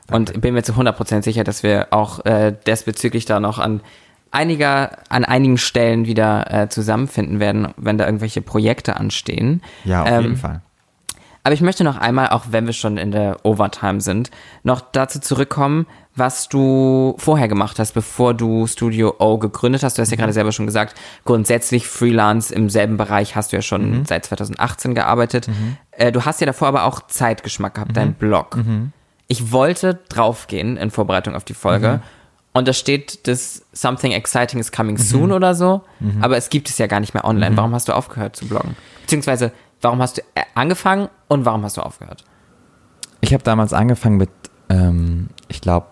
Speaker 1: Und bin mir zu hundert Prozent sicher, dass wir auch äh, desbezüglich da noch an einiger, an einigen Stellen wieder äh, zusammenfinden werden, wenn da irgendwelche Projekte anstehen.
Speaker 3: Ja, auf
Speaker 1: ähm,
Speaker 3: jeden Fall.
Speaker 1: Aber ich möchte noch einmal, auch wenn wir schon in der Overtime sind, noch dazu zurückkommen, was du vorher gemacht hast, bevor du Studio O gegründet hast. Du hast ja gerade selber schon gesagt, grundsätzlich Freelance im selben Bereich hast du ja schon mhm. seit zwanzig achtzehn gearbeitet. Mhm. Äh, du hast ja davor aber auch Zeitgeschmack gehabt, mhm. dein Blog. Mhm. Ich wollte draufgehen in Vorbereitung auf die Folge mhm. und da steht, dass something exciting is coming soon mhm. oder so, mhm. aber es gibt es ja gar nicht mehr online. Mhm. Warum hast du aufgehört zu bloggen? Beziehungsweise, warum hast du angefangen und warum hast du aufgehört?
Speaker 3: Ich habe damals angefangen mit, ähm, ich glaube,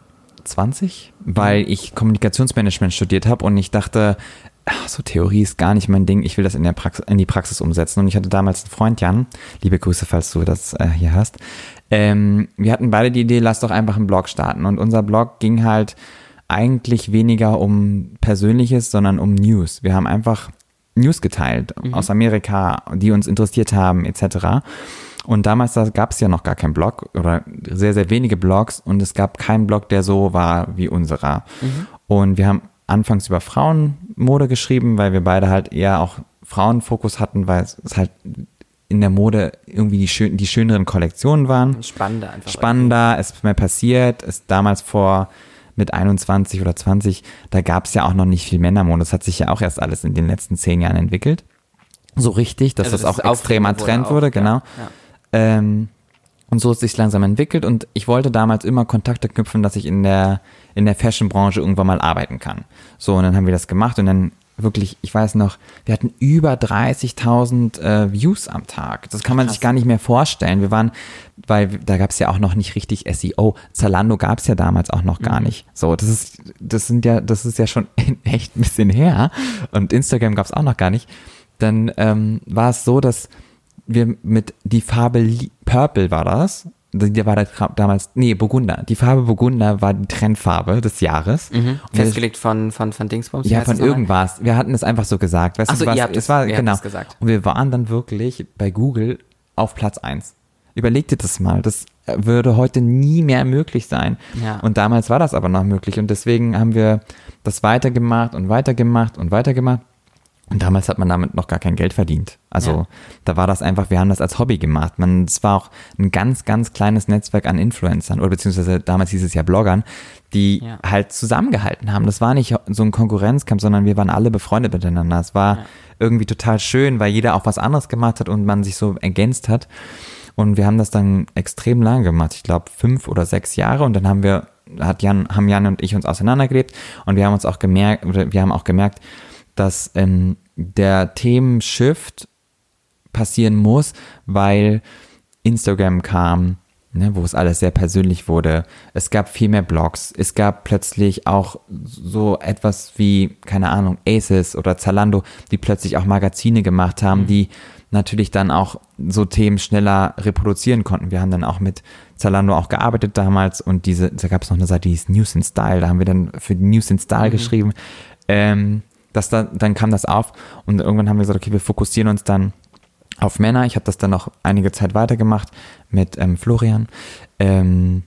Speaker 3: zwanzig, weil mhm. ich Kommunikationsmanagement studiert habe und ich dachte, ach, so Theorie ist gar nicht mein Ding, ich will das in, der Praxis, in die Praxis umsetzen. Und ich hatte damals einen Freund, Jan, liebe Grüße, falls du das äh, hier hast. Ähm, wir hatten beide die Idee, lass doch einfach einen Blog starten. Und unser Blog ging halt eigentlich weniger um Persönliches, sondern um News. Wir haben einfach News geteilt mhm. aus Amerika, die uns interessiert haben, et cetera. Und damals gab es ja noch gar keinen Blog oder sehr, sehr wenige Blogs und es gab keinen Blog, der so war wie unserer. Mhm. Und wir haben anfangs über Frauenmode geschrieben, weil wir beide halt eher auch Frauenfokus hatten, weil es halt in der Mode irgendwie die, schön, die schöneren Kollektionen waren.
Speaker 1: Spannender einfach.
Speaker 3: Spannender, es ist mehr passiert. Es damals vor mit einundzwanzig oder zwanzig, da gab es ja auch noch nicht viel Männermode. Das hat sich ja auch erst alles in den letzten zehn Jahren entwickelt. So richtig, dass also das, das auch extremer Trend wurde, genau. Ja, ja. Ähm, und so ist es sich langsam entwickelt und ich wollte damals immer Kontakte knüpfen, dass ich in der, in der Fashion-Branche irgendwann mal arbeiten kann. So, und dann haben wir das gemacht und dann wirklich, ich weiß noch, wir hatten über dreißigtausend äh, Views am Tag. Das kann man Krass. sich gar nicht mehr vorstellen. Wir waren, weil da gab es ja auch noch nicht richtig S E O. Zalando gab es ja damals auch noch gar mhm. nicht. So, das ist, das sind ja, das ist ja schon echt ein bisschen her. Und Instagram gab es auch noch gar nicht. Dann ähm, war es so, dass wir mit die Farbe Purple war das. Die war das damals, nee, Burgunder. Die Farbe Burgunder war die Trendfarbe des Jahres.
Speaker 1: Mhm. Festgelegt von, von, von Dingsbums?
Speaker 3: Ja, von irgendwas. Wir hatten es einfach so gesagt. Weißt
Speaker 1: Ach so,
Speaker 3: du, was,
Speaker 1: ihr habt
Speaker 3: es war,
Speaker 1: ihr
Speaker 3: genau.
Speaker 1: habt es gesagt.
Speaker 3: Und wir waren dann wirklich bei Google auf Platz eins. Überleg dir das mal. Das würde heute nie mehr möglich sein.
Speaker 1: Ja.
Speaker 3: Und damals war das aber noch möglich. Und deswegen haben wir das weitergemacht und weitergemacht und weitergemacht. Und damals hat man damit noch gar kein Geld verdient. Also ja. da war das einfach, wir haben das als Hobby gemacht. Man, es war auch ein ganz, ganz kleines Netzwerk an Influencern oder beziehungsweise damals hieß es ja Bloggern, die ja. halt zusammengehalten haben. Das war nicht so ein Konkurrenzkampf, sondern wir waren alle befreundet miteinander. Es war ja. irgendwie total schön, weil jeder auch was anderes gemacht hat und man sich so ergänzt hat. Und wir haben das dann extrem lange gemacht. Ich glaube fünf oder sechs Jahre und dann haben wir, hat Jan, haben Jan und ich uns auseinandergelebt und wir haben uns auch gemerkt, oder wir haben auch gemerkt, dass ähm, der Themenshift passieren muss, weil Instagram kam, ne, wo es alles sehr persönlich wurde. Es gab viel mehr Blogs. Es gab plötzlich auch so etwas wie, keine Ahnung, Aces oder Zalando, die plötzlich auch Magazine gemacht haben, mhm. die natürlich dann auch so Themen schneller reproduzieren konnten. Wir haben dann auch mit Zalando auch gearbeitet damals und diese, da gab es noch eine Seite, die hieß News in Style, da haben wir dann für News in Style mhm. geschrieben. Ähm, Das da, dann kam das auf und irgendwann haben wir gesagt, okay, wir fokussieren uns dann auf Männer. Ich habe das dann noch einige Zeit weitergemacht mit ähm, Florian ähm,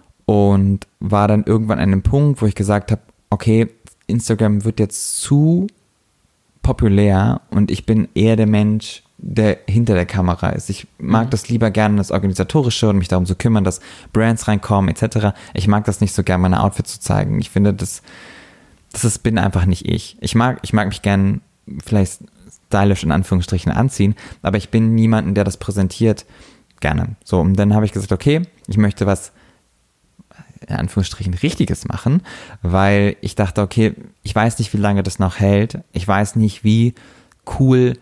Speaker 3: und war dann irgendwann an einem Punkt, wo ich gesagt habe, okay, Instagram wird jetzt zu populär und ich bin eher der Mensch, der hinter der Kamera ist. Ich mag mhm. das lieber gerne, das Organisatorische und mich darum zu kümmern, dass Brands reinkommen et cetera. Ich mag das nicht so gerne, meine Outfits zu zeigen. Ich finde, das Das ist, bin einfach nicht ich. Ich mag, ich mag mich gern vielleicht stylisch in Anführungsstrichen anziehen, aber ich bin niemanden, der das präsentiert, gerne. So, und dann habe ich gesagt, okay, ich möchte was in Anführungsstrichen Richtiges machen, weil ich dachte, okay, ich weiß nicht, wie lange das noch hält. Ich weiß nicht, wie cool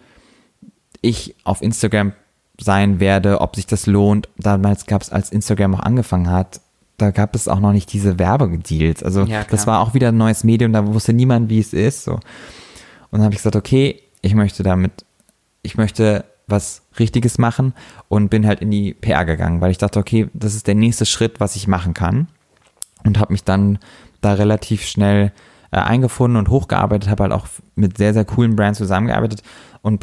Speaker 3: ich auf Instagram sein werde, ob sich das lohnt. Damals gab es, als Instagram auch angefangen hat, da gab es auch noch nicht diese Werbedeals. Also ja, das war auch wieder ein neues Medium, da wusste niemand, wie es ist. So. Und dann habe ich gesagt, okay, ich möchte damit, ich möchte was Richtiges machen und bin halt in die P R gegangen, weil ich dachte, okay, das ist der nächste Schritt, was ich machen kann. Und habe mich dann da relativ schnell äh, eingefunden und hochgearbeitet, habe halt auch mit sehr, sehr coolen Brands zusammengearbeitet und pl-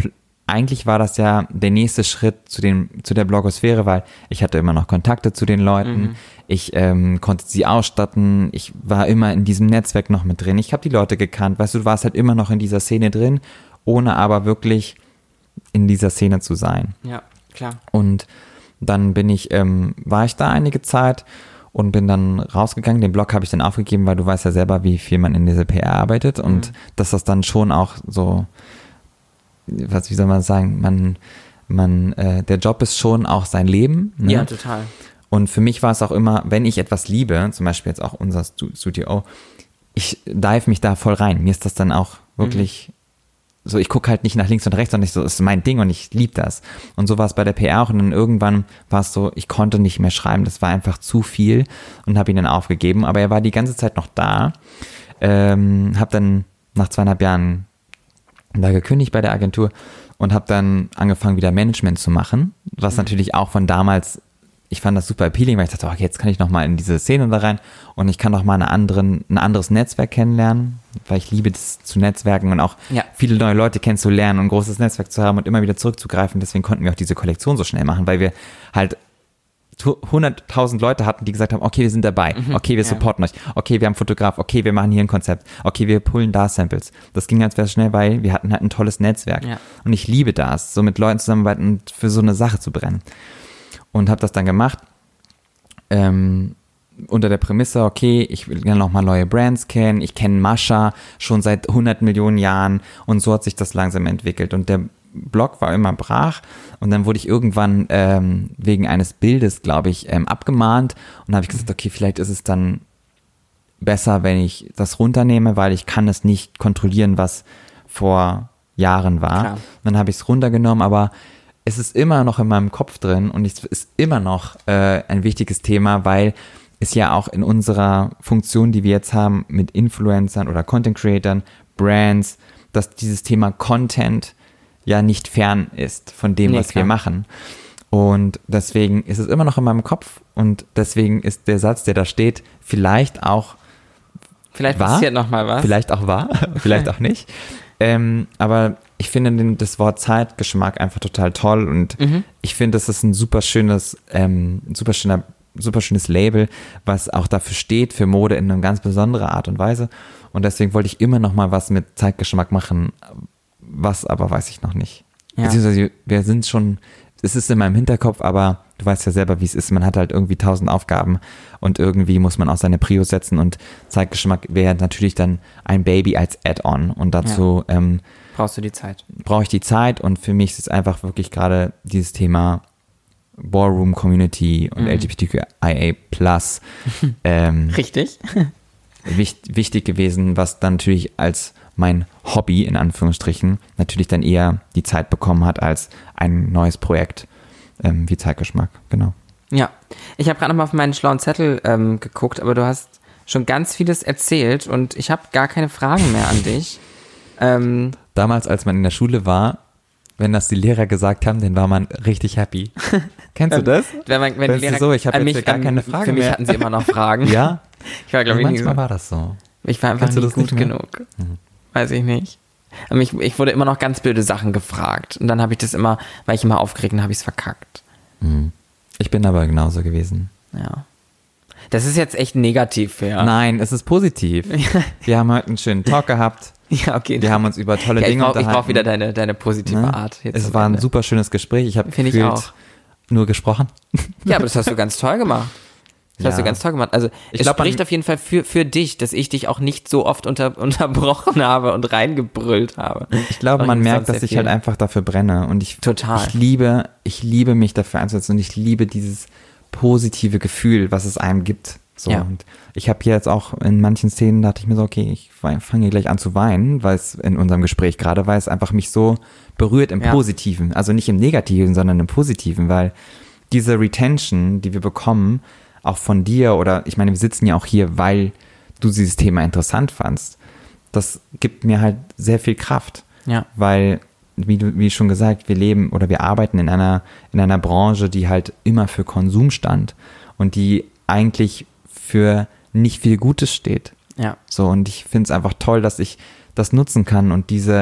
Speaker 3: eigentlich war das ja der nächste Schritt zu, den, zu der Blogosphäre, weil ich hatte immer noch Kontakte zu den Leuten, mhm. ich ähm, konnte sie ausstatten, ich war immer in diesem Netzwerk noch mit drin, ich habe die Leute gekannt, weißt du, du warst halt immer noch in dieser Szene drin, ohne aber wirklich in dieser Szene zu sein.
Speaker 1: Ja, klar.
Speaker 3: Und dann bin ich, ähm, war ich da einige Zeit und bin dann rausgegangen. Den Blog habe ich dann aufgegeben, weil du weißt ja selber, wie viel man in dieser P R arbeitet und mhm. dass das dann schon auch so, was, wie soll man sagen, man, man, äh, der Job ist schon auch sein Leben. Ne?
Speaker 1: Ja, total.
Speaker 3: Und für mich war es auch immer, wenn ich etwas liebe, zum Beispiel jetzt auch unser Studio, ich dive mich da voll rein. Mir ist das dann auch wirklich mhm. so, ich gucke halt nicht nach links und rechts, sondern ich so, das ist mein Ding und ich liebe das. Und so war es bei der P R auch. Und dann irgendwann war es so, ich konnte nicht mehr schreiben, das war einfach zu viel und habe ihn dann aufgegeben. Aber er war die ganze Zeit noch da. Ähm, habe dann nach zweieinhalb Jahren da gekündigt bei der Agentur und habe dann angefangen, wieder Management zu machen, was mhm. natürlich auch von damals, ich fand das super appealing, weil ich dachte, okay, jetzt kann ich noch mal in diese Szene da rein und ich kann noch mal eine anderen, ein anderes Netzwerk kennenlernen, weil ich liebe das zu netzwerken und auch
Speaker 1: ja.
Speaker 3: viele neue Leute kennenzulernen und ein großes Netzwerk zu haben und immer wieder zurückzugreifen. Deswegen konnten wir auch diese Kollektion so schnell machen, weil wir halt hunderttausend Leute hatten, die gesagt haben, okay, wir sind dabei, okay, wir supporten ja. euch, okay, wir haben Fotograf, okay, wir machen hier ein Konzept, okay, wir pullen da Samples. Das ging ganz schnell, weil wir hatten halt ein tolles Netzwerk.
Speaker 1: Ja.
Speaker 3: Und ich liebe das, so mit Leuten zusammenarbeiten und für so eine Sache zu brennen. Und habe das dann gemacht, ähm, unter der Prämisse, okay, ich will gerne noch mal neue Brands kennen, ich kenne Mascha schon seit hundert Millionen Jahren und so hat sich das langsam entwickelt. Und der Blog war immer brach und dann wurde ich irgendwann ähm, wegen eines Bildes, glaube ich, ähm, abgemahnt und habe ich gesagt, okay, vielleicht ist es dann besser, wenn ich das runternehme, weil ich kann es nicht kontrollieren, was vor Jahren war.
Speaker 1: Klar.
Speaker 3: Dann habe ich es runtergenommen, aber es ist immer noch in meinem Kopf drin und es ist immer noch äh, ein wichtiges Thema, weil es ja auch in unserer Funktion, die wir jetzt haben, mit Influencern oder Content Creatern, Brands, dass dieses Thema Content ja nicht fern ist von dem,
Speaker 1: nee,
Speaker 3: was
Speaker 1: klar.
Speaker 3: wir machen. Und deswegen ist es immer noch in meinem Kopf und deswegen ist der Satz, der da steht, vielleicht auch
Speaker 1: Vielleicht
Speaker 3: wahr,
Speaker 1: passiert noch mal was.
Speaker 3: Vielleicht auch wahr, vielleicht auch nicht. Ähm, aber ich finde den, das Wort Zeitgeschmack einfach total toll und
Speaker 1: Mhm.
Speaker 3: ich finde, das ist ein super schönes, ähm, ein super schöner, super schönes Label, was auch dafür steht, für Mode in einer ganz besonderen Art und Weise. Und deswegen wollte ich immer noch mal was mit Zeitgeschmack machen, was aber weiß ich noch nicht.
Speaker 1: Ja.
Speaker 3: Beziehungsweise wir sind schon, es ist in meinem Hinterkopf, aber du weißt ja selber, wie es ist. Man hat halt irgendwie tausend Aufgaben und irgendwie muss man auch seine Prio setzen und Zeitgeschmack wäre natürlich dann ein Baby als Add-on und dazu
Speaker 1: Ja.
Speaker 3: ähm,
Speaker 1: Brauchst du die Zeit.
Speaker 3: brauche ich die Zeit und für mich ist es einfach wirklich gerade dieses Thema Ballroom Community und
Speaker 1: Mhm.
Speaker 3: L G B T Q I A plus ähm,
Speaker 1: Richtig.
Speaker 3: wichtig, wichtig gewesen, was dann natürlich als mein Hobby, in Anführungsstrichen, natürlich dann eher die Zeit bekommen hat als ein neues Projekt ähm, wie Zeitgeschmack, genau.
Speaker 1: Ja, ich habe gerade noch mal auf meinen schlauen Zettel ähm, geguckt, aber du hast schon ganz vieles erzählt und ich habe gar keine Fragen mehr an dich. Ähm,
Speaker 3: Damals, als man in der Schule war, wenn das die Lehrer gesagt haben, dann war man richtig happy. Kennst du das?
Speaker 1: wenn man, wenn
Speaker 3: Das
Speaker 1: die
Speaker 3: ist
Speaker 1: Lehrer,
Speaker 3: so, ich habe
Speaker 1: an
Speaker 3: jetzt
Speaker 1: mich,
Speaker 3: gar
Speaker 1: an-
Speaker 3: keine Fragen
Speaker 1: Für mich
Speaker 3: mehr.
Speaker 1: hatten sie immer noch Fragen.
Speaker 3: Ja?
Speaker 1: Ich war, glaube ich, nicht so.
Speaker 3: Manchmal war das so.
Speaker 1: Ich war einfach
Speaker 3: Kennst du
Speaker 1: nicht
Speaker 3: das
Speaker 1: gut
Speaker 3: nicht mehr?
Speaker 1: genug. Weiß ich nicht. Aber Ich, ich wurde immer noch ganz blöde Sachen gefragt. Und dann habe ich das immer, weil ich immer aufgeregt und habe ich es verkackt.
Speaker 3: Ich bin aber genauso gewesen.
Speaker 1: Ja. Das ist jetzt echt negativ, ja.
Speaker 3: Nein, es ist positiv. Wir haben heute einen schönen Talk gehabt.
Speaker 1: Ja, okay.
Speaker 3: Wir haben uns über tolle
Speaker 1: ja, ich
Speaker 3: Dinge
Speaker 1: brauche
Speaker 3: unterhalten.
Speaker 1: brauch wieder deine, deine positive
Speaker 3: Ne?
Speaker 1: Art. Jetzt
Speaker 3: Es
Speaker 1: am
Speaker 3: war ein
Speaker 1: Ende.
Speaker 3: super schönes Gespräch. Ich habe
Speaker 1: Finde ich
Speaker 3: gefühlt
Speaker 1: auch.
Speaker 3: nur gesprochen.
Speaker 1: Ja, aber das hast du ganz toll gemacht. Das hast
Speaker 3: Ja.
Speaker 1: du ganz toll gemacht. Also
Speaker 3: Ich
Speaker 1: es
Speaker 3: glaub, man-
Speaker 1: spricht auf jeden Fall für, für dich, dass ich dich auch nicht so oft unter, unterbrochen habe und reingebrüllt habe.
Speaker 3: Ich glaube,
Speaker 1: Weil
Speaker 3: man
Speaker 1: ich
Speaker 3: merkt,
Speaker 1: sonst
Speaker 3: dass
Speaker 1: sehr
Speaker 3: ich halt
Speaker 1: viel-
Speaker 3: einfach dafür brenne. Und ich,
Speaker 1: Total.
Speaker 3: ich liebe, ich liebe mich dafür einzusetzen und ich liebe dieses positive Gefühl, was es einem gibt. So.
Speaker 1: Ja.
Speaker 3: Und ich habe hier jetzt auch in manchen Szenen dachte ich mir so, okay, ich fange hier gleich an zu weinen, weil es in unserem Gespräch gerade, weil es einfach mich so berührt im
Speaker 1: Ja.
Speaker 3: Positiven. Also nicht im Negativen, sondern im Positiven, weil diese Retention, die wir bekommen, auch von dir oder ich meine, wir sitzen ja auch hier, weil du dieses Thema interessant fandst. Das gibt mir halt sehr viel Kraft.
Speaker 1: Ja.
Speaker 3: Weil, wie du, wie schon gesagt, wir leben oder wir arbeiten in einer, in einer Branche, die halt immer für Konsum stand und die eigentlich für nicht viel Gutes steht.
Speaker 1: Ja.
Speaker 3: So, und ich finde es einfach toll, dass ich das nutzen kann und diese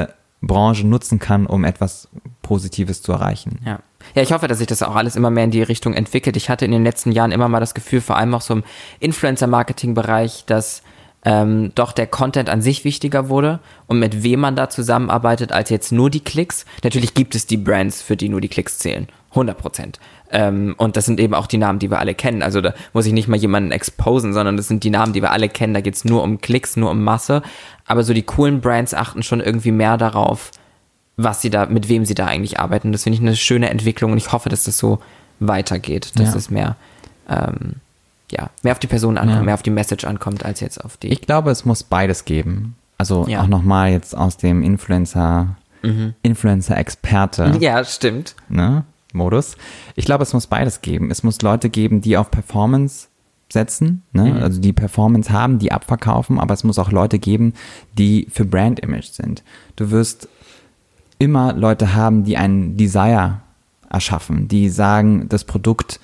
Speaker 3: Branche nutzen kann, um etwas Positives zu erreichen.
Speaker 1: Ja. Ja, ich hoffe, dass sich das auch alles immer mehr in die Richtung entwickelt. Ich hatte in den letzten Jahren immer mal das Gefühl, vor allem auch so im Influencer-Marketing-Bereich, dass ähm, doch der Content an sich wichtiger wurde und mit wem man da zusammenarbeitet, als jetzt nur die Klicks. Natürlich gibt es die Brands, für die nur die Klicks zählen. hundert Prozent. Ähm, und das sind eben auch die Namen, die wir alle kennen. Also da muss ich nicht mal jemanden exposen, sondern das sind die Namen, die wir alle kennen. Da geht es nur um Klicks, nur um Masse. Aber so die coolen Brands achten schon irgendwie mehr darauf, was sie da, mit wem sie da eigentlich arbeiten. Das finde ich eine schöne Entwicklung und ich hoffe, dass das so weitergeht, dass
Speaker 3: Ja.
Speaker 1: es mehr, ähm, ja, mehr auf die Person ankommt,
Speaker 3: Ja.
Speaker 1: mehr auf die Message ankommt, als jetzt auf die.
Speaker 3: Ich glaube, es muss beides geben. Also
Speaker 1: Ja.
Speaker 3: auch nochmal jetzt aus dem Influencer,
Speaker 1: Mhm.
Speaker 3: Influencer-Experte
Speaker 1: Ja, stimmt.
Speaker 3: ne, Modus. Ich glaube, es muss beides geben. Es muss Leute geben, die auf Performance setzen, ne?
Speaker 1: Mhm.
Speaker 3: Also die Performance haben, die abverkaufen, aber es muss auch Leute geben, die für Brand-Image sind. Du wirst immer Leute haben, die einen Desire erschaffen, die sagen, das Produkt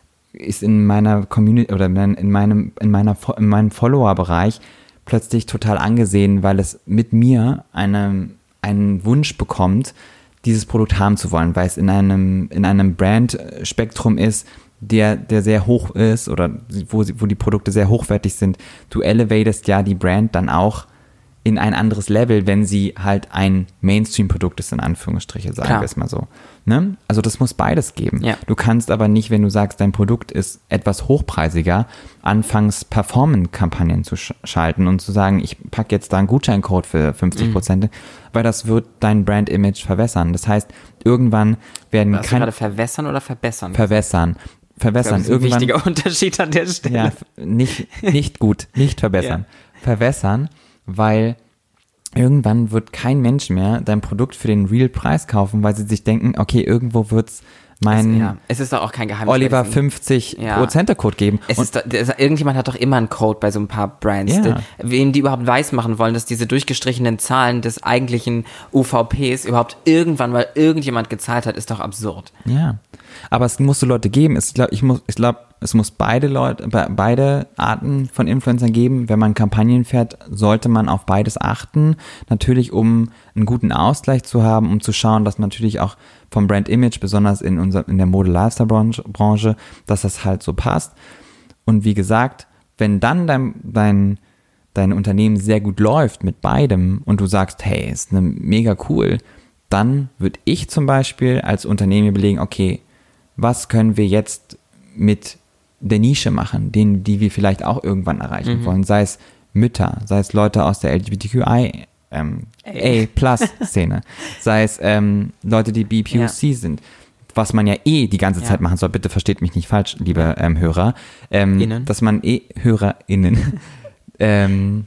Speaker 3: ist in meiner Community oder in meinem, in meiner, in meinem Follower-Bereich plötzlich total angesehen, weil es mit mir eine, einen Wunsch bekommt, dieses Produkt haben zu wollen, weil es in einem, in einem Brand-Spektrum ist, der, der sehr hoch ist oder wo, sie- wo die Produkte sehr hochwertig sind. Du elevatest ja die Brand dann auch in ein anderes Level, wenn sie halt ein Mainstream-Produkt ist, in Anführungsstriche, sagen
Speaker 1: Klar.
Speaker 3: wir es mal so. Ne? Also das muss beides geben.
Speaker 1: Ja.
Speaker 3: Du kannst aber nicht, wenn du sagst, dein Produkt ist etwas hochpreisiger, anfangs Performance-Kampagnen zu sch- schalten und zu sagen, ich packe jetzt da einen Gutscheincode für fünfzig Prozent, weil das wird dein Brand-Image verwässern. Das heißt, irgendwann werden
Speaker 1: Hast du
Speaker 3: keine
Speaker 1: gerade verwässern oder verbessern?
Speaker 3: verwässern. Verwässern.
Speaker 1: Das ist ein
Speaker 3: Irgendwann,
Speaker 1: wichtiger Unterschied an der Stelle.
Speaker 3: ja, f- nicht, nicht gut, nicht verbessern. Verwässern, weil irgendwann wird kein Mensch mehr dein Produkt für den Real-Preis kaufen, weil sie sich denken, okay, irgendwo wird's mein
Speaker 1: ja. Es ist doch auch kein Geheimnis.
Speaker 3: Oliver
Speaker 1: bei diesen-
Speaker 3: fünfzig
Speaker 1: Ja.
Speaker 3: Prozent Code geben.
Speaker 1: Es
Speaker 3: Und
Speaker 1: ist, da- es, irgendjemand hat doch immer einen Code bei so ein paar Brands,
Speaker 3: Ja.
Speaker 1: die, wen die überhaupt weiß machen wollen, dass diese durchgestrichenen Zahlen des eigentlichen U V Ps überhaupt irgendwann mal irgendjemand gezahlt hat, ist doch absurd.
Speaker 3: ja, aber es muss so Leute geben. Es, ich glaube, ich muss, ich glaube, es muss beide Leute, be- beide Arten von Influencern geben. Wenn man Kampagnen fährt, sollte man auf beides achten. Natürlich, um einen guten Ausgleich zu haben, um zu schauen, dass natürlich auch vom Brand Image, besonders in unser, in der Mode-Lifestyle-Branche, Branche, dass das halt so passt. Und wie gesagt, wenn dann dein, dein, dein Unternehmen sehr gut läuft mit beidem und du sagst, hey, ist eine mega cool, dann würde ich zum Beispiel als Unternehmen überlegen, okay, was können wir jetzt mit der Nische machen, den, die wir vielleicht auch irgendwann erreichen wollen, sei es Mütter, sei es Leute aus der L G B T Q I ähm, A-Plus-Szene, sei es ähm, Leute, die B P O C
Speaker 1: Ja.
Speaker 3: sind, was man ja eh die ganze
Speaker 1: Ja.
Speaker 3: Zeit machen soll. Bitte versteht mich nicht falsch, liebe ähm, Hörer. Ähm,
Speaker 1: Innen.
Speaker 3: dass man eh, HörerInnen, ähm,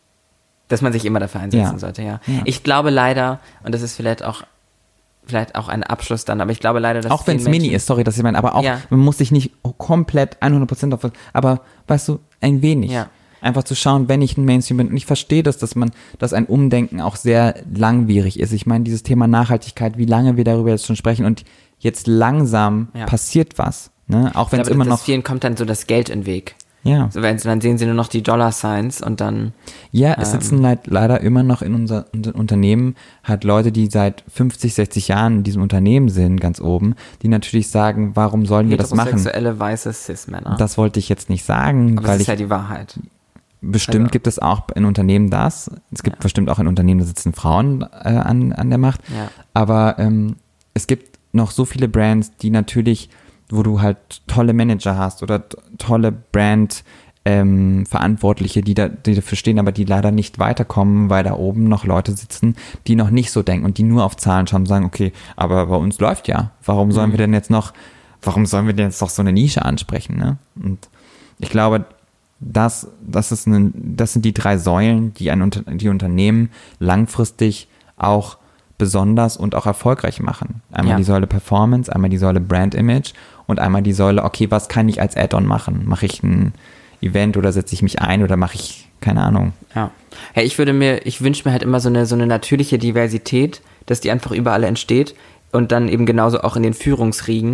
Speaker 1: Dass man sich immer dafür einsetzen
Speaker 3: Ja.
Speaker 1: sollte, ja.
Speaker 3: Ja.
Speaker 1: Ich glaube leider, und das ist vielleicht auch vielleicht auch ein Abschluss dann, aber ich glaube leider, dass
Speaker 3: auch wenn es
Speaker 1: vielen
Speaker 3: mini
Speaker 1: Menschen-
Speaker 3: ist, sorry, dass ich meine, aber auch,
Speaker 1: Ja.
Speaker 3: man muss sich nicht komplett hundert Prozent auf, aber weißt du, ein wenig.
Speaker 1: Ja.
Speaker 3: Einfach zu schauen, wenn ich ein Mainstream bin. Und ich verstehe das, dass man, dass ein Umdenken auch sehr langwierig ist. Ich meine, dieses Thema Nachhaltigkeit, wie lange wir darüber jetzt schon sprechen und jetzt langsam
Speaker 1: Ja.
Speaker 3: passiert was. Ne? Auch wenn
Speaker 1: Ich
Speaker 3: es
Speaker 1: glaube,
Speaker 3: immer
Speaker 1: dass
Speaker 3: noch.
Speaker 1: vielen kommt dann so das Geld in den Weg.
Speaker 3: Ja.
Speaker 1: So, wenn, dann sehen sie nur noch die Dollar-Signs und dann,
Speaker 3: Ja, es
Speaker 1: Ähm.
Speaker 3: sitzen leid, leider immer noch in unser, unser Unternehmen halt Leute, die seit fünfzig, sechzig Jahren in diesem Unternehmen sind, ganz oben, die natürlich sagen, warum sollen wir das machen?
Speaker 1: heterosexuelle, weiße Cis-Männer.
Speaker 3: Das wollte ich jetzt nicht sagen,
Speaker 1: aber
Speaker 3: weil
Speaker 1: das ist
Speaker 3: ich
Speaker 1: ja die Wahrheit.
Speaker 3: bestimmt
Speaker 1: also-
Speaker 3: gibt es auch in Unternehmen das. Es gibt
Speaker 1: Ja.
Speaker 3: bestimmt auch in Unternehmen, da sitzen Frauen äh, an, an der Macht.
Speaker 1: Ja.
Speaker 3: Aber ähm, es gibt noch so viele Brands, die natürlich, wo du halt tolle Manager hast oder t- tolle Brand ähm, Verantwortliche, die, da, die dafür stehen, aber die leider nicht weiterkommen, weil da oben noch Leute sitzen, die noch nicht so denken und die nur auf Zahlen schauen und sagen, okay, aber bei uns läuft ja. Warum sollen
Speaker 1: Mhm.
Speaker 3: wir denn jetzt noch, warum sollen wir denn jetzt noch so eine Nische ansprechen? Ne? Und ich glaube, das, das, ist ein, das sind die drei Säulen, die ein Unter, die Unternehmen langfristig auch besonders und auch erfolgreich machen. Einmal
Speaker 1: Ja.
Speaker 3: die Säule Performance, einmal die Säule Brand Image und einmal die Säule, okay, was kann ich als Add-on machen? Mache ich ein Event oder setze ich mich ein oder mache ich, keine Ahnung.
Speaker 1: Ja. Ja, ich würde mir, ich wünsche mir halt immer so eine, so eine natürliche Diversität, dass die einfach überall entsteht und dann eben genauso auch in den Führungsriegen.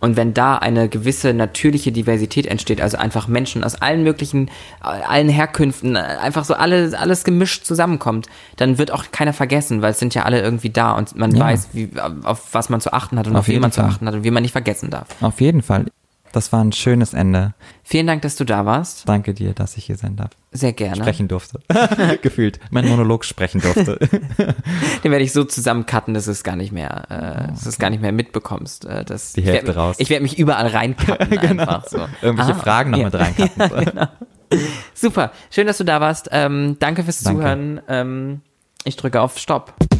Speaker 1: Und wenn da eine gewisse natürliche Diversität entsteht, also einfach Menschen aus allen möglichen, allen Herkünften, einfach so alles, alles gemischt zusammenkommt, dann wird auch keiner vergessen, weil es sind ja alle irgendwie da und man
Speaker 3: Ja.
Speaker 1: weiß, wie, auf was man zu achten hat und
Speaker 3: Auf
Speaker 1: auf, wen
Speaker 3: jeden
Speaker 1: man zu
Speaker 3: Fall.
Speaker 1: achten hat und wie man nicht vergessen darf.
Speaker 3: Auf jeden Fall. Das war ein schönes Ende.
Speaker 1: Vielen Dank, dass du da warst.
Speaker 3: Danke dir, dass ich hier sein darf.
Speaker 1: Sehr gerne.
Speaker 3: Sprechen durfte. Gefühlt. Mein Monolog sprechen durfte.
Speaker 1: Den werde ich so zusammencutten, dass du es gar nicht mehr, äh, dass du es gar nicht mehr mitbekommst. Äh, dass,
Speaker 3: Die
Speaker 1: ich
Speaker 3: Hälfte
Speaker 1: werd,
Speaker 3: raus.
Speaker 1: Ich werde mich überall reincutten einfach so.
Speaker 3: Irgendwelche
Speaker 1: Ah,
Speaker 3: Fragen noch
Speaker 1: ja.
Speaker 3: mit reinkappen.
Speaker 1: Super, schön, dass du da warst. Ähm, danke fürs
Speaker 3: Danke.
Speaker 1: Zuhören. Ähm, ich drücke auf Stopp.